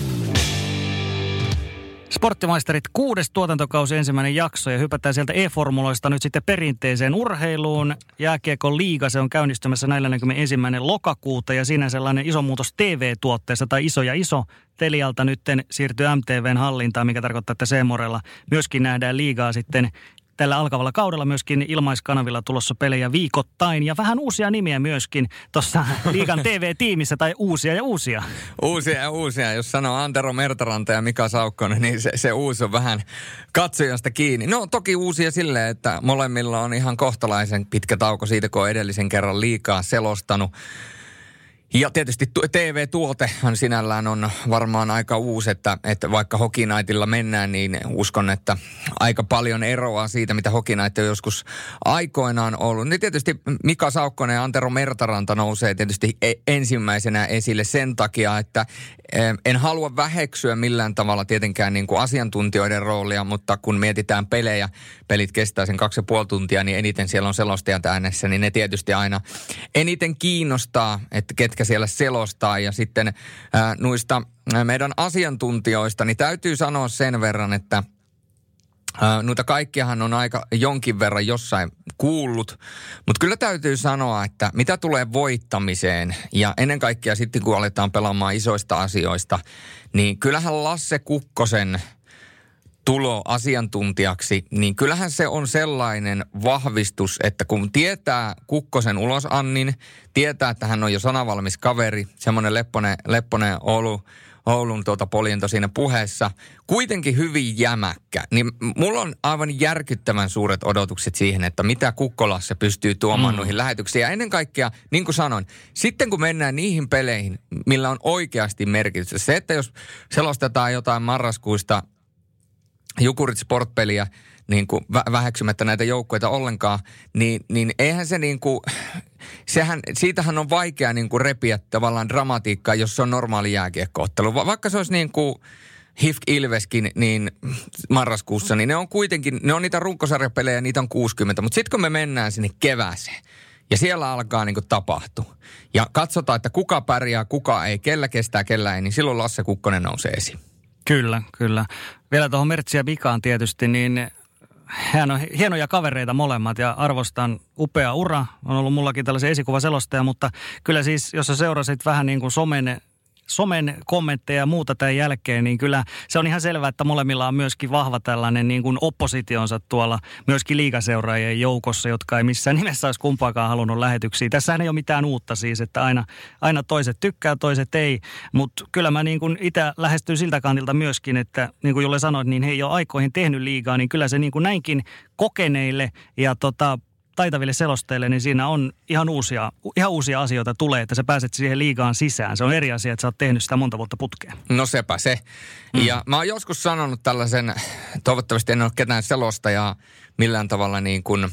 Sporttimaisterit kuudes tuotantokausi ensimmäinen jakso ja hypätään sieltä E-formuloista nyt sitten perinteiseen urheiluun. Jääkiekon liiga, se on käynnistymässä neljäskymmenesensimmäinen lokakuuta ja siinä sellainen iso muutos T V-tuotteessa tai iso ja iso. Telialta nytten siirtyy M T V:n hallintaan, mikä tarkoittaa, että C-morella myöskin nähdään liigaa sitten tällä alkavalla kaudella myöskin ilmaiskanavilla tulossa pelejä viikoittain ja vähän uusia nimiä myöskin tuossa liigan T V-tiimissä tai uusia ja uusia. Uusia ja uusia. Jos sanoo Antero Mertaranta ja Mika Saukkonen, niin se, se uusi on vähän katsojasta kiinni. No toki uusia silleen, että molemmilla on ihan kohtalaisen pitkä tauko siitä, kun on edellisen kerran liikaa selostanut. Ja tietysti T V-tuotehan sinällään on varmaan aika uusi, että, että vaikka Hockey Nightilla mennään, niin uskon, että aika paljon eroa siitä, mitä Hockey Night on joskus aikoinaan ollut. Niin tietysti Mika Saukkonen ja Antero Mertaranta nousee tietysti ensimmäisenä esille sen takia, että en halua väheksyä millään tavalla tietenkään niin kuin asiantuntijoiden roolia, mutta kun mietitään pelejä, pelit kestää sen kaksi ja puoli tuntia, niin eniten siellä on selostajat äänessä, niin ne tietysti aina eniten kiinnostaa, että ketkä siellä selostaa ja sitten ää, noista ää, meidän asiantuntijoista, niin täytyy sanoa sen verran, että ää, noita kaikkiahan on aika jonkin verran jossain kuullut, mutta kyllä täytyy sanoa, että mitä tulee voittamiseen ja ennen kaikkea sitten kun aletaan pelaamaan isoista asioista, niin kyllähän Lasse Kukkosen tulo asiantuntijaksi, niin kyllähän se on sellainen vahvistus, että kun tietää Kukkosen ulosannin, tietää, että hän on jo sanavalmis kaveri, semmoinen lepponen, lepponen Oulu, Oulun tuota poljento siinä puheessa, kuitenkin hyvin jämäkkä, niin mulla on aivan järkyttävän suuret odotukset siihen, että mitä Kukkolassa pystyy tuomaan mm. noihin lähetyksiin. Ja ennen kaikkea, niin kuin sanoin, sitten kun mennään niihin peleihin, millä on oikeasti merkitystä, se, että jos selostetaan jotain marraskuista Jukurit Sport-peliä, niin kuin vä- väheksymättä näitä joukkueita ollenkaan, niin, niin eihän se niin kuin, sehän, siitähän on vaikea niin kuin repiä tavallaan dramatiikkaa, jos se on normaali jääkiekkoottelu. Va- vaikka se olisi niin kuin H I F K Ilveskin niin marraskuussa, niin ne on kuitenkin, ne on niitä runkosarjapelejä, niitä on kuusikymmentä, mutta sitten kun me mennään sinne kevääseen, ja siellä alkaa niin kuin tapahtua, ja katsotaan, että kuka pärjää, kuka ei, kellä kestää, kellä ei, niin silloin Lasse Kukkonen nousee esiin. Kyllä, kyllä. Vielä tuohon Mertsi ja Mikaan tietysti, niin hän on hienoja kavereita molemmat ja arvostan upea ura. On ollut mullakin tällaisia esikuvaselostaja, mutta kyllä siis, jos sä seurasit vähän niin kuin somen, somen kommentteja ja muuta tämän jälkeen, niin kyllä se on ihan selvää, että molemmilla on myöskin vahva tällainen niin kuin oppositionsa tuolla myöskin liigaseuraajien joukossa, jotka ei missään nimessä olisi kumpaakaan halunnut lähetyksiä. Tässähän ei ole mitään uutta siis, että aina, aina toiset tykkää, toiset ei, mutta kyllä mä niin kuin itse lähestyn siltä kantilta myöskin, että niin kuin Jolle sanoit, niin he ei ole aikoihin tehnyt liigaa, niin kyllä se niin kuin näinkin kokeneille ja tota, taitaville selostajille, niin siinä on ihan uusia, ihan uusia asioita tulee, että sä pääset siihen liigaan sisään. Se on eri asia, että sä oot tehnyt sitä monta vuotta putkeen. No sepä se. Mm. Ja mä oon joskus sanonut tällaisen, toivottavasti en ole ketään selostajaa millään tavalla niin kuin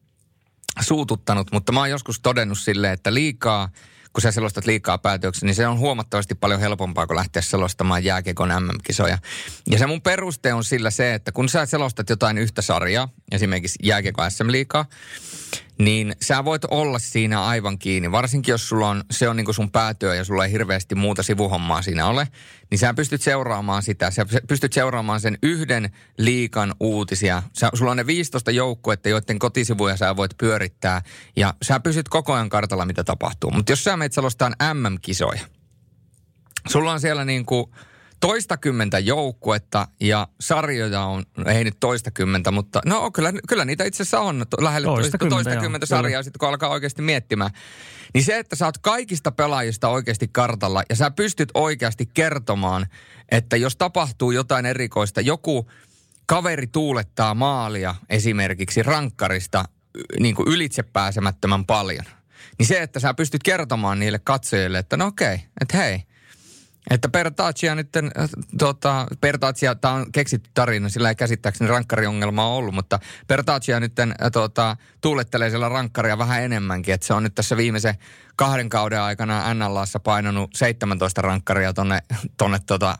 suututtanut, mutta mä oon joskus todennut silleen, että liikaa, kun sä selostat liikaa päätöksiä, niin se on huomattavasti paljon helpompaa kuin lähteä selostamaan jääkiekon M M-kisoja. Ja se mun peruste on sillä se, että kun sä selostat jotain yhtä sarjaa, esimerkiksi jääkiekon S M-liigaa, niin sä voit olla siinä aivan kiinni. Varsinkin jos sulla on, se on niin kuin sun päätyö ja sulla ei hirveästi muuta sivuhommaa siinä ole, niin sä pystyt seuraamaan sitä. Sä pystyt seuraamaan sen yhden liigan uutisia. Sä, sulla on ne viisitoista joukkuetta, joiden kotisivuja sä voit pyörittää ja sä pysyt koko ajan kartalla, mitä tapahtuu. Mutta jos sä menet selostaan M M-kisoja, sulla on siellä niin kuin toistakymmentä joukkuetta ja sarjoja on, ei nyt toistakymmentä, mutta no kyllä, kyllä niitä itse asiassa on lähelle toistakymmentä, toistakymmentä sarjaa sitten kun alkaa oikeasti miettimään. Niin se, että sä oot kaikista pelaajista oikeasti kartalla ja sä pystyt oikeasti kertomaan, että jos tapahtuu jotain erikoista, joku kaveri tuulettaa maalia esimerkiksi rankkarista niin kuin ylitsepääsemättömän paljon, niin se, että sä pystyt kertomaan niille katsojille, että no okei, että hei, että Pertaccia nyt, tota, Pertaccia, tämä on keksitty tarina, sillä ei käsittääkseni rankkariongelmaa ollut, mutta Pertaccia nyt tota, tuulettelee siellä rankkaria vähän enemmänkin, että se on nyt tässä viimeisen kahden kauden aikana N L A:ssa painanut seitsemäntoista rankkaria tonne, tonne tota,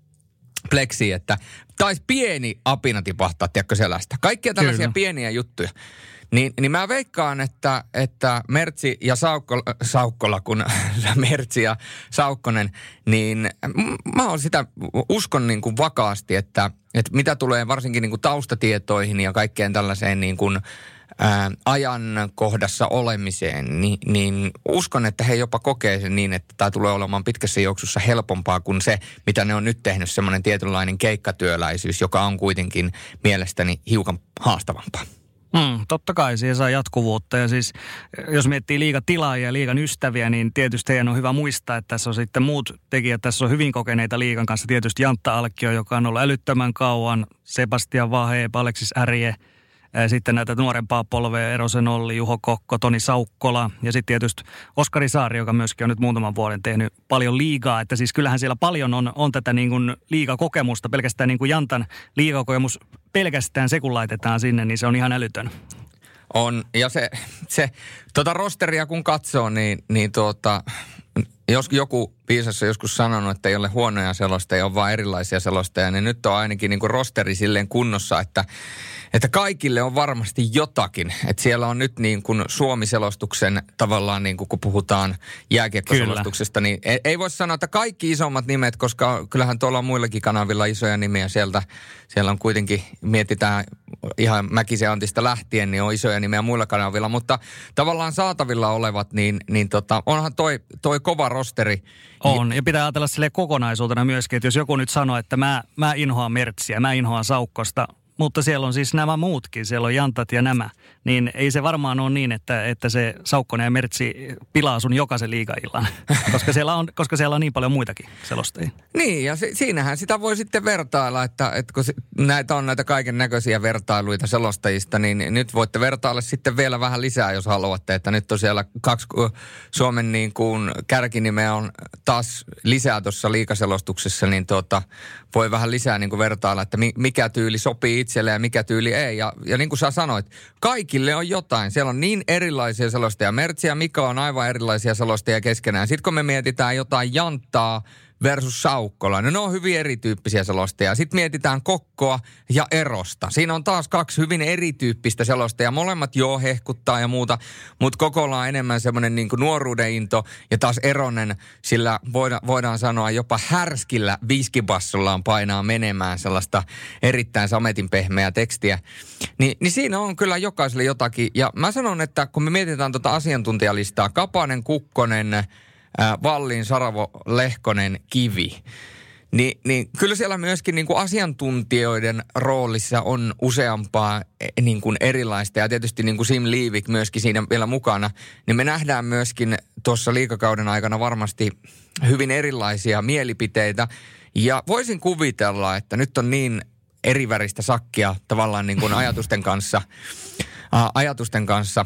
pleksiin, että taisi pieni apina tipahtaa, tiedätkö, selästä. Kaikkia tällaisia Kyllä. pieniä juttuja. Niin, niin mä veikkaan, että, että Mertsi ja Saukkola, Saukkola, kun Mertsi ja Saukkonen, niin mä oon sitä, uskon niin kuin vakaasti, että, että mitä tulee varsinkin niin kuin taustatietoihin ja kaikkeen tällaiseen niin kuin, ää, ajankohdassa olemiseen, niin, niin uskon, että he jopa kokee sen niin, että tämä tulee olemaan pitkässä juoksussa helpompaa kuin se, mitä ne on nyt tehnyt, semmoinen tietynlainen keikkatyöläisyys, joka on kuitenkin mielestäni hiukan haastavampaa. Mm, totta kai siihen saa jatkuvuutta ja siis jos miettii liigan tilaajia ja liigan ystäviä, niin tietysti heidän on hyvä muistaa, että tässä on sitten muut tekijät, tässä on hyvin kokeneita liigan kanssa. Tietysti Jantta Alkio, joka on ollut älyttömän kauan, Sebastian Vahe, Aleksis Ärje, sitten näitä nuorempaa polvea, Erosen Olli, Juho Kokko, Toni Saukkola ja sitten tietysti Oskari Saari, joka myöskin on nyt muutaman vuoden tehnyt paljon liigaa. Että siis kyllähän siellä paljon on, on tätä niin kuin liigakokemusta, pelkästään niin kuin Jantan liigakokemus, pelkästään se kun laitetaan sinne, niin se on ihan älytön. On, ja se, se tota rosteria kun katsoo, niin, niin tuota, jos joku viisassa joskus sanonut, että ei ole huonoja selostajia, on vaan erilaisia selostajia, niin nyt on ainakin niin kuin rosteri silleen kunnossa, että, että kaikille on varmasti jotakin. Että siellä on nyt niin kuin Suomi-selostuksen tavallaan, niin kuin kun puhutaan jääkiekkoselostuksesta, niin ei, ei voi sanoa, että kaikki isommat nimet, koska kyllähän tuolla on muillakin kanavilla isoja nimiä sieltä. Siellä on kuitenkin, mietitään ihan Mäkisen Antista lähtien, niin on isoja nimiä muilla kanavilla, mutta tavallaan saatavilla olevat, niin, niin tota, onhan toi, toi kova rosteri. On, ja pitää ajatella silleen kokonaisuutena myöskin, että jos joku nyt sanoo, että mä, mä inhoan Mertsiä, mä inhoan Saukkosta, mutta siellä on siis nämä muutkin, siellä on Jantat ja nämä, niin ei se varmaan ole niin, että, että se Saukkonen ja Mertsi pilaa sun jokaisen liigaillan, koska siellä on, koska siellä on niin paljon muitakin selostajia. Niin, ja si- siinähän sitä voi sitten vertailla, että, että kun näitä on näitä kaiken näköisiä vertailuita selostajista, niin nyt voitte vertailla sitten vielä vähän lisää, jos haluatte, että nyt on siellä kaksi Suomen niin kuin kärkinimeä on taas lisää tuossa liigaselostuksessa, niin tuota, voi vähän lisää niin kuin vertailla, että mikä tyyli sopii itselle ja mikä tyyli ei. Ja, ja niin kuin sä sanoit, kaikille on jotain. Siellä on niin erilaisia selostajia. Mertsi ja Mika on aivan erilaisia selostajia keskenään. Sitten kun me mietitään jotain Janttaa versus Saukkola, no ne on hyvin erityyppisiä selostajia. Sitten mietitään Kokkoa ja Erosta. Siinä on taas kaksi hyvin erityyppistä selostajaa. Molemmat joo hehkuttaa ja muuta, mutta Kokolla on enemmän semmoinen niin kuin nuoruuden into ja taas Eronen, sillä voida, voidaan sanoa jopa härskillä viskibassollaan painaa menemään sellaista erittäin sametin pehmeää tekstiä. Ni, niin siinä on kyllä jokaiselle jotakin. Ja mä sanon, että kun me mietitään tuota asiantuntijalistaa, Kapanen, Kukkonen, Vallin, Saravo, Lehkonen, Kivi. Ni, niin kyllä siellä myöskin niin kuin asiantuntijoiden roolissa on useampaa niin kuin erilaista. Ja tietysti niin kuin Sim Liivik myöskin siinä vielä mukana. Niin me nähdään myöskin tuossa liigakauden aikana varmasti hyvin erilaisia mielipiteitä. Ja voisin kuvitella, että nyt on niin eriväristä sakkia tavallaan niin kuin ajatusten kanssa. Ä, ajatusten kanssa.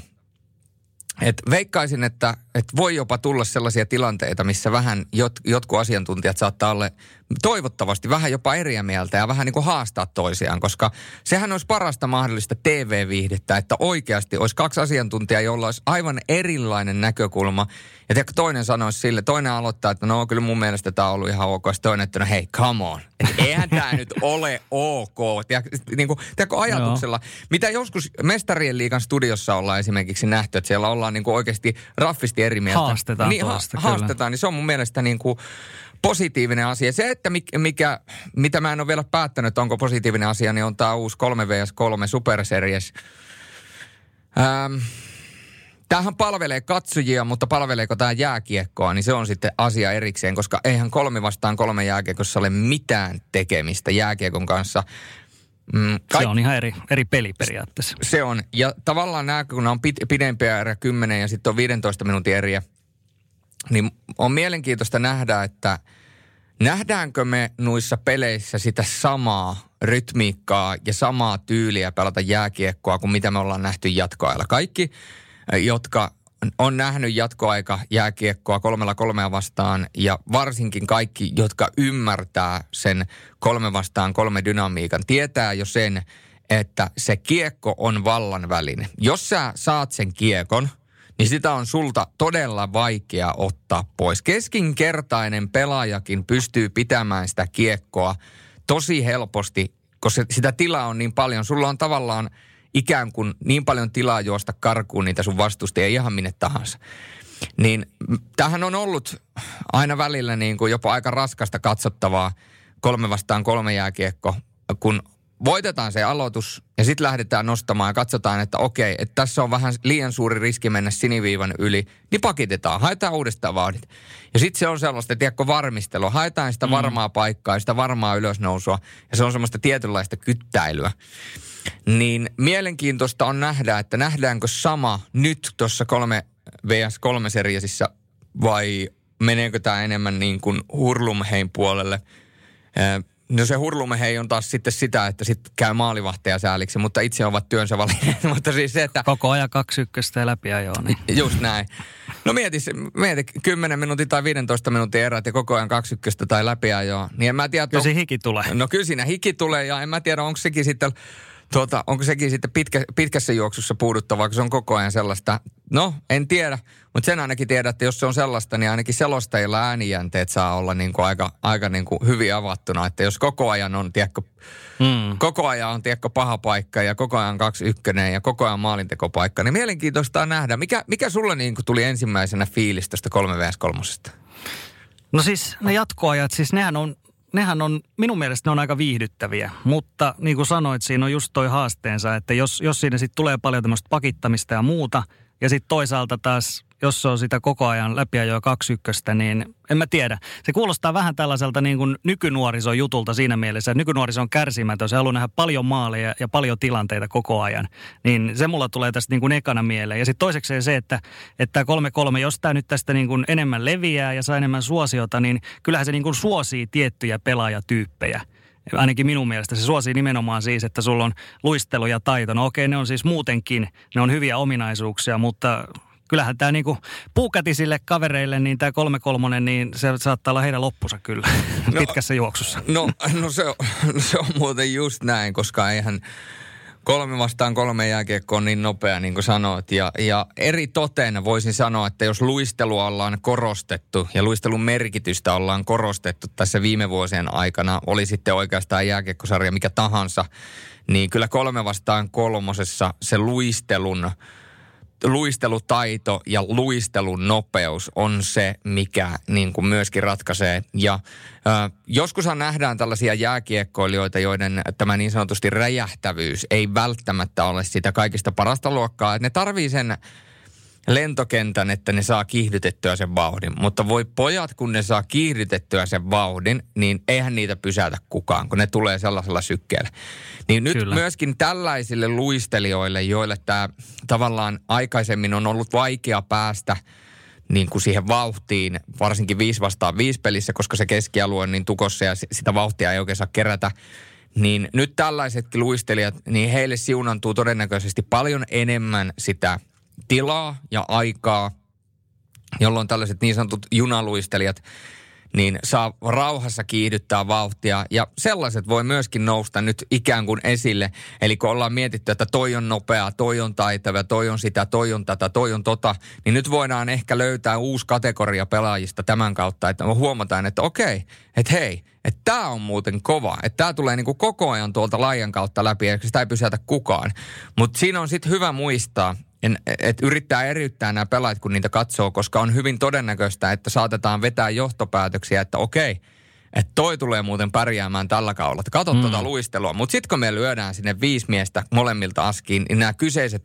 Et veikkaisin, että, että voi jopa tulla sellaisia tilanteita, missä vähän jot, jotkut asiantuntijat saattaa olla toivottavasti vähän jopa eriä mieltä ja vähän niin kuin haastaa toisiaan, koska sehän olisi parasta mahdollista T V-viihdettä, että oikeasti olisi kaksi asiantuntijaa, jolla olisi aivan erilainen näkökulma. Ja tiedätkö, toinen sanoisi sille, toinen aloittaa, että no kyllä mun mielestä tämä on ollut ihan ok, ja toinen, että no hei, come on. Että eihän tämä nyt ole ok. Tiedätkö, niin kuin, tiedätkö ajatuksella, Joo. mitä joskus Mestarien liigan studiossa ollaan esimerkiksi nähty, että siellä ollaan niin kuin oikeasti raffisti eri mieltä. Haastetaan niin, toista, ha- Haastetaan, niin se on mun mielestä niin kuin positiivinen asia. Se, että mikä, mikä, mitä mä en ole vielä päättänyt, onko positiivinen asia, niin on tämä uusi kolme vastaan kolme Super Series. Ähm, tämähän palvelee katsojia, mutta palveleeko tämä jääkiekkoa, niin se on sitten asia erikseen, koska eihän kolme vastaan kolme jääkiekossa ole mitään tekemistä jääkiekon kanssa. Mm, kaik- se on ihan eri, eri peli periaatteessa. Se on. Ja tavallaan nämä, kun on pit- pidempiä eriä, kymmenen ja sitten on viidentoista minuutin eriä, niin on mielenkiintoista nähdä, että nähdäänkö me noissa peleissä sitä samaa rytmiikkaa ja samaa tyyliä pelata jääkiekkoa kuin mitä me ollaan nähty jatkoajalla. Kaikki, jotka on nähnyt jatkoaika jääkiekkoa kolmella kolmea vastaan ja varsinkin kaikki, jotka ymmärtää sen kolme vastaan kolme dynamiikan, tietää jo sen, että se kiekko on vallan väline. Jos sä saat sen kiekon, niin sitä on sulta todella vaikea ottaa pois. Keskinkertainen pelaajakin pystyy pitämään sitä kiekkoa tosi helposti, koska sitä tilaa on niin paljon. Sulla on tavallaan ikään kuin niin paljon tilaa juosta karkuun niitä sun vastustajia ihan minne tahansa. Niin tämähän on ollut aina välillä niin kuin jopa aika raskasta katsottavaa kolme vastaan kolme jääkiekko, kun voitetaan se aloitus ja sitten lähdetään nostamaan ja katsotaan, että okei, että tässä on vähän liian suuri riski mennä siniviivan yli, niin pakitetaan, haetaan uudestaan vauhdit. Ja sitten se on sellaista, tiedätkö, varmistelua, haetaan sitä varmaa paikkaa, sitä varmaa ylösnousua ja se on semmoista tietynlaista kyttäilyä. Niin mielenkiintoista on nähdä, että nähdäänkö sama nyt tuossa kolme versus kolme seriasissä vai meneekö tämä enemmän niin kuin Hurlumheim puolelle. No se Hurlumhei on taas sitten sitä, että sitten käy maalivahteja sääliksi, mutta itse ovat työnsä valinneet. Mutta siis se, että koko ajan kaksi ykköstä ja läpi ajoa. Niin. Just näin. No mieti, mieti kymmenen minuutin tai viidentoista minuutin erät ja koko ajan kaksi ykköstä tai läpi ajoa. Niin en mä tiedä, kyllä se hiki tulee. No kyllä siinä hiki tulee ja en mä tiedä, onko sekin sitten Tuota, onko sekin sitten pitkä, pitkässä juoksussa puuduttavaa, kun se on koko ajan sellaista? No, en tiedä, mutta sen ainakin tiedä, että jos se on sellaista, niin ainakin selostajilla äänijänteet saa olla niin kuin aika, aika niin kuin hyvin avattuna. Että jos koko ajan on, tiedätkö, mm. koko ajan on, tiedätkö, paha paikka ja koko ajan kaksi ykkönen ja koko ajan maalintekopaikka, niin mielenkiintoista on nähdä. Mikä, mikä sulle niin kuin tuli ensimmäisenä fiilis tästä kolme versus kolmosesta? No siis ne jatkoajat, siis nehän on, nehän on, minun mielestä ne on aika viihdyttäviä, mutta niin kuin sanoit, siinä on just toi haasteensa, että jos, jos siinä sitten tulee paljon tämmöistä pakittamista ja muuta, ja sitten toisaalta taas, jos se on sitä koko ajan läpiajoa kaksi ykköstä, niin en mä tiedä. Se kuulostaa vähän tällaiselta niin kuin nykynuorison jutulta siinä mielessä, että nykynuoriso on kärsimätön, se haluaa nähdä paljon maaleja ja paljon tilanteita koko ajan. Niin se mulla tulee tästä niin kuin ekana mieleen. Ja sitten toisekseen se, että että kolme kolme, jos tämä nyt tästä niin kuin enemmän leviää ja saa enemmän suosiota, niin kyllähän se niin kuin suosii tiettyjä pelaajatyyppejä. Ainakin minun mielestä se suosii nimenomaan siis, että sulla on luistelu ja taito. No okei, ne on siis muutenkin, ne on hyviä ominaisuuksia, mutta kyllähän tämä niinku puukätisille kavereille, niin tämä kolme kolmonen, niin se saattaa olla heidän loppunsa kyllä no, pitkässä juoksussa. No, no se, on, se on muuten just näin, koska eihän kolme vastaan kolme jääkiekko on niin nopea, niin kuin sanoit. Ja, ja eri toteen voisin sanoa, että jos luistelua ollaan korostettu ja luistelun merkitystä ollaan korostettu tässä viime vuosien aikana, oli sitten oikeastaan jääkiekkosarja mikä tahansa, niin kyllä kolme vastaan kolmosessa se luistelun luistelutaito ja luistelun nopeus on se, mikä niin kuin myöskin ratkaisee. Ja äh, joskushan nähdään tällaisia jääkiekkoilijoita, joiden tämä niin sanotusti räjähtävyys ei välttämättä ole sitä kaikista parasta luokkaa. Ne tarvii sen lentokentän, että ne saa kiihdytettyä sen vauhdin. Mutta voi pojat, kun ne saa kiihdytettyä sen vauhdin, niin eihän niitä pysäytä kukaan, kun ne tulee sellaisella sykkeellä. Niin nyt Kyllä. myöskin tällaisille luistelijoille, joille tämä tavallaan aikaisemmin on ollut vaikea päästä niin kuin siihen vauhtiin, varsinkin viisi vastaan viisi pelissä, koska se keskialue on niin tukossa ja sitä vauhtia ei oikein saa kerätä, niin nyt tällaisetkin luistelijat, niin heille siunantuu todennäköisesti paljon enemmän sitä tilaa ja aikaa, jolloin tällaiset niin sanotut junaluistelijat niin saa rauhassa kiihdyttää vauhtia. Ja sellaiset voi myöskin nousta nyt ikään kuin esille. Eli kun ollaan mietitty, että toi on nopea, toi on taitava, toi on sitä, toi on tätä, toi on tota, niin nyt voidaan ehkä löytää uusi kategoria pelaajista tämän kautta, että huomataan, että okei, että hei, että tämä on muuten kova, että tämä tulee niinku koko ajan tuolta laajan kautta läpi, eikä sitä ei pysäytä kukaan. Mutta siinä on sitten hyvä muistaa, että yrittää eriyttää nämä pelaajat, kun niitä katsoo, koska on hyvin todennäköistä, että saatetaan vetää johtopäätöksiä, että okei, että toi tulee muuten pärjäämään tällä kaudella. Kato mm. tuota luistelua. Mutta sitten kun me lyödään sinne viisi miestä molemmilta askiin, niin nämä kyseiset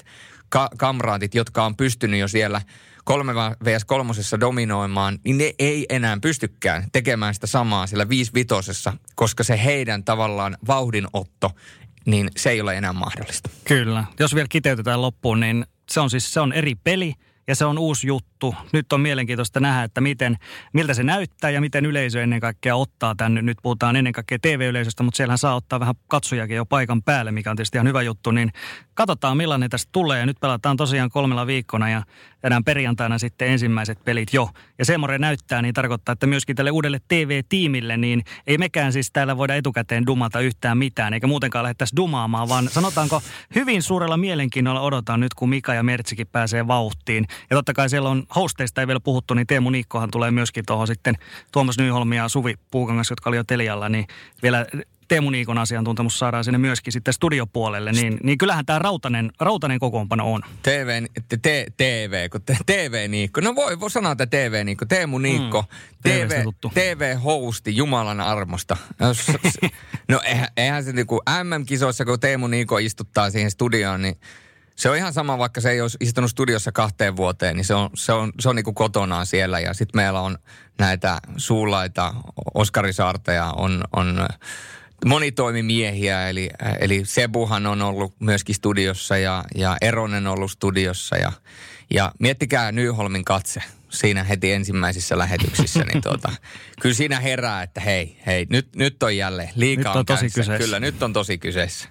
ka- kamraatit, jotka on pystynyt jo siellä kolme vastaan kolmosessa dominoimaan, niin ne ei enää pystykään tekemään sitä samaa siellä viisi vitosessa, koska se heidän tavallaan vauhdinotto, niin se ei ole enää mahdollista. Kyllä. Jos vielä kiteytetään loppuun, niin se on siis se on eri peli. Ja se on uusi juttu. Nyt on mielenkiintoista nähdä, että miten, miltä se näyttää ja miten yleisö ennen kaikkea ottaa tänne. Nyt puhutaan ennen kaikkea T V-yleisöstä, mutta siellähän saa ottaa vähän katsojakin jo paikan päälle, mikä on tietysti ihan hyvä juttu. Niin katsotaan, millainen tästä tulee. Nyt pelataan tosiaan kolmella viikkona ja tänään perjantaina sitten ensimmäiset pelit jo. Ja semmoinen näyttää, niin tarkoittaa, että myöskin tälle uudelle T V-tiimille, niin ei mekään siis täällä voida etukäteen dumata yhtään mitään, eikä muutenkaan lähdettäisi dumaamaan, vaan sanotaanko hyvin suurella mielenkiinnolla odotan nyt, kun Mika ja Mertsikin pääsee vauhtiin. Ja totta kai siellä on hosteista ei vielä puhuttu, niin Teemu Niikkohan tulee myöskin tuohon sitten Tuomas Nyholm ja Suvi Puukangas, jotka oli jo Telialla, niin vielä Teemu Niikon asiantuntemus saadaan sinne myöskin sitten studiopuolelle, niin, niin kyllähän tämä rautainen, rautainen kokoonpano on. T V, t- TV, kun T V Niikko, no voi, voi sanoa, että T V Niikko, Teemu Niikko, mm, T V, T V-hosti Jumalan armosta. No eihän, eihän se niin kuin M M-kisoissa, kun Teemu Niikko istuttaa siihen studioon, niin se on ihan sama, vaikka se ei olisi istunut studiossa kahteen vuoteen, niin se on, se on, se on niin kuin kotonaan siellä. Ja sitten meillä on näitä suulaita, Oskari Saarteja, on, on monitoimimiehiä, eli, eli Sebuhan on ollut myöskin studiossa ja, ja Eronen on ollut studiossa. Ja, ja miettikää Nyholmin katse siinä heti ensimmäisissä lähetyksissä, niin tuota, kyllä siinä herää, että hei, hei, nyt, nyt on jälleen liikaa on tosi kyseessä. Kyllä, nyt on tosi kyseessä.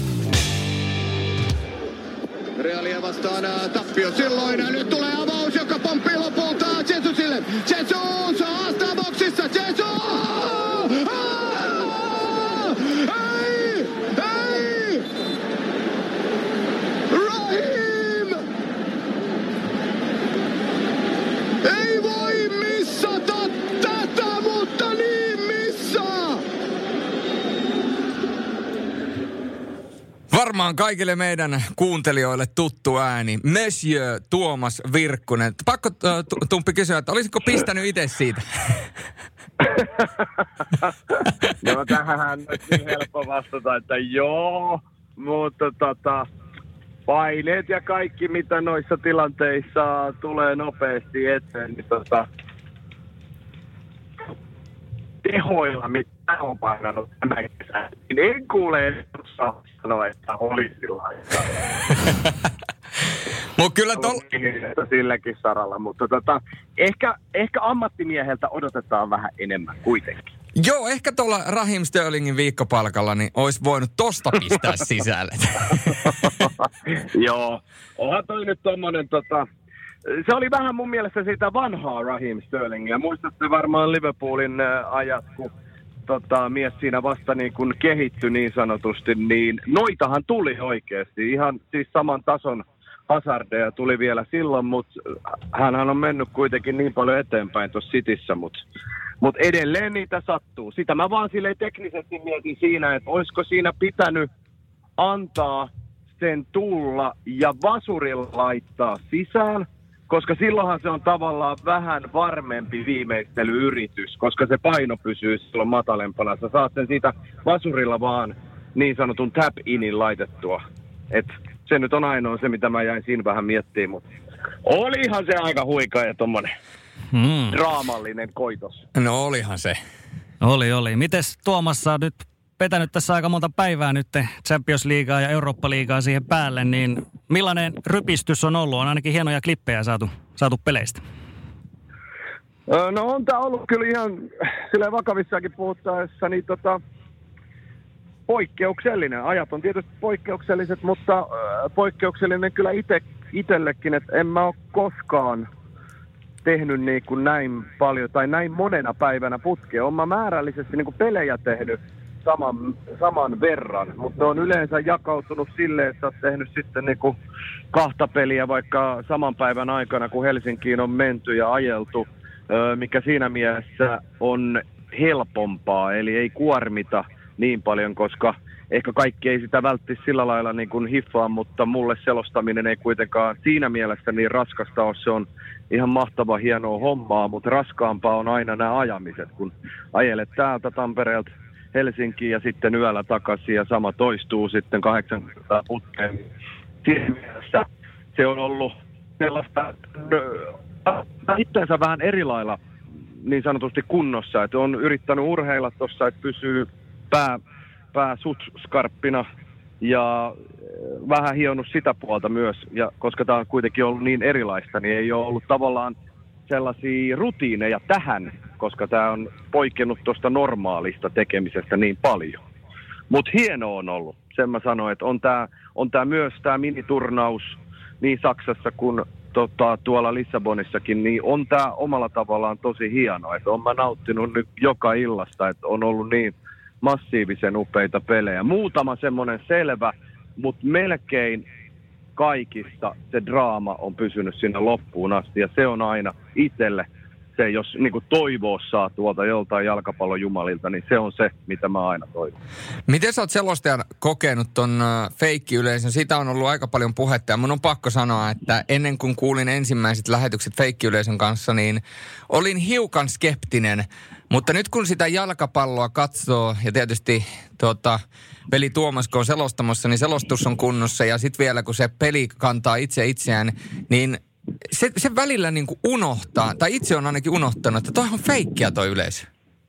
Realia vastaan tappio silloin. Nyt tulee avaus, joka pomppii lopulta Jesusille. Jesus haastaa boksissa. Jesus! Ei! Ei! Rahim! Ei voi missata tätä, mutta niin missaa! Varmaan kaikille meidän kuuntelijoille tuttu ääni. Monsieur Tuomas Virkkunen. Pakko uh, Tumppi kysyä, että olisiko pistänyt itse siitä? No tähän on niin helppo vastata, että joo, mutta tota, paineet ja kaikki, mitä noissa tilanteissa tulee nopeasti eteen, niin tota, tehoilla, mitä on painanut tämän kesän, niin en kuule edes sanoa, että olisi laittaa. Mut kyllä tol... silläkin saralla, mutta tota, ehkä, ehkä ammattimieheltä odotetaan vähän enemmän kuitenkin. Joo, ehkä tuolla Raheem Sterlingin viikkopalkalla niin olisi voinut tosta pistää sisälle. Joo, onhan toi nyt tommonen tota... Se oli vähän mun mielestä siitä vanhaa Raheem Sterlingia. Muistatte varmaan Liverpoolin ajat, kun tota, mies siinä vasta niin kun kehittyi niin sanotusti, niin noitahan tuli oikeasti. Ihan siis saman tason hazardeja tuli vielä silloin, mutta hänhän on mennyt kuitenkin niin paljon eteenpäin tuossa Cityssä, mutta mut edelleen niitä sattuu. Sitä mä vaan silleen teknisesti mietin siinä, että olisiko siinä pitänyt antaa sen tulla ja vasurilla laittaa sisään, koska silloinhan se on tavallaan vähän varmempi viimeistelyyritys, koska se paino pysyy silloin matalempana. Sä saat sen siitä vasurilla vaan niin sanotun tap-inin laitettua. Et se nyt on ainoa se, mitä mä jäin siinä vähän miettimään, mutta olihan se aika huikea ja tommonen hmm. draamallinen koitos. No olihan se. Oli, oli. Mites Tuomas, sä oot nyt vetänyt tässä aika monta päivää nyt Champions Leaguea ja Eurooppa-liigaa siihen päälle, niin millainen rypistys on ollut? On ainakin hienoja klippejä saatu, saatu peleistä. No on tää ollut kyllä ihan silleen vakavissakin puhuttaessa, niin tota, poikkeuksellinen. Ajat on tietysti poikkeukselliset, mutta äh, poikkeuksellinen kyllä ite, itsellekin, että en mä ole koskaan tehnyt niin kuin näin paljon tai näin monena päivänä putkeen. Olen mä määrällisesti niin kuin pelejä tehnyt saman, saman verran, mutta on yleensä jakautunut silleen, että olet tehnyt sitten niin kuin kahta peliä vaikka saman päivän aikana, kun Helsinkiin on menty ja ajeltu, mikä siinä mielessä on helpompaa, eli ei kuormita niin paljon, koska ehkä kaikki ei sitä välttämättä sillä lailla niin kuin hiffaa, mutta mulle selostaminen ei kuitenkaan siinä mielessä niin raskasta ole. Se on ihan mahtava hienoa hommaa, mutta raskaampaa on aina nämä ajamiset, kun ajelet täältä Tampereelta Helsinkiin ja sitten yöllä takaisin ja sama toistuu sitten kahdeksan kertaa putkeen. Siinä mielessä se on ollut sellaista itseensä vähän eri lailla niin sanotusti kunnossa, että on yrittänyt urheilla tuossa, että pysyy pää, pää sut skarppina ja vähän hionnut sitä puolta myös, ja koska tämä on kuitenkin ollut niin erilaista, niin ei ole ollut tavallaan sellaisia rutiineja tähän, koska tämä on poikennut tuosta normaalista tekemisestä niin paljon. Mutta hieno on ollut, sen mä sanoin, että on tämä on tää myös tämä miniturnaus niin Saksassa kuin tota, tuolla Lissabonissakin, niin on tämä omalla tavallaan tosi hieno. Että on mä nauttinut nyt joka illasta, että on ollut niin massiivisen upeita pelejä. Muutama semmoinen selvä, mutta melkein kaikista se draama on pysynyt sinne loppuun asti. Ja se on aina itselle se, jos niin kuin toivoa saa tuolta joltain jalkapallojumalilta, niin se on se, mitä mä aina toivon. Miten sä oot selostajan kokenut ton uh, feikki-yleisön? Siitä on ollut aika paljon puhetta ja mun on pakko sanoa, että ennen kuin kuulin ensimmäiset lähetykset feikki-yleisön kanssa, niin olin hiukan skeptinen. Mutta nyt kun sitä jalkapalloa katsoo ja tietysti tuota, veli Tuomas, kun on selostamassa, niin selostus on kunnossa ja sitten vielä kun se peli kantaa itse itseään, niin Se, se välillä niin kuin unohtaa, tai itse on ainakin unohtanut, että toi on feikkiä toi yleisö.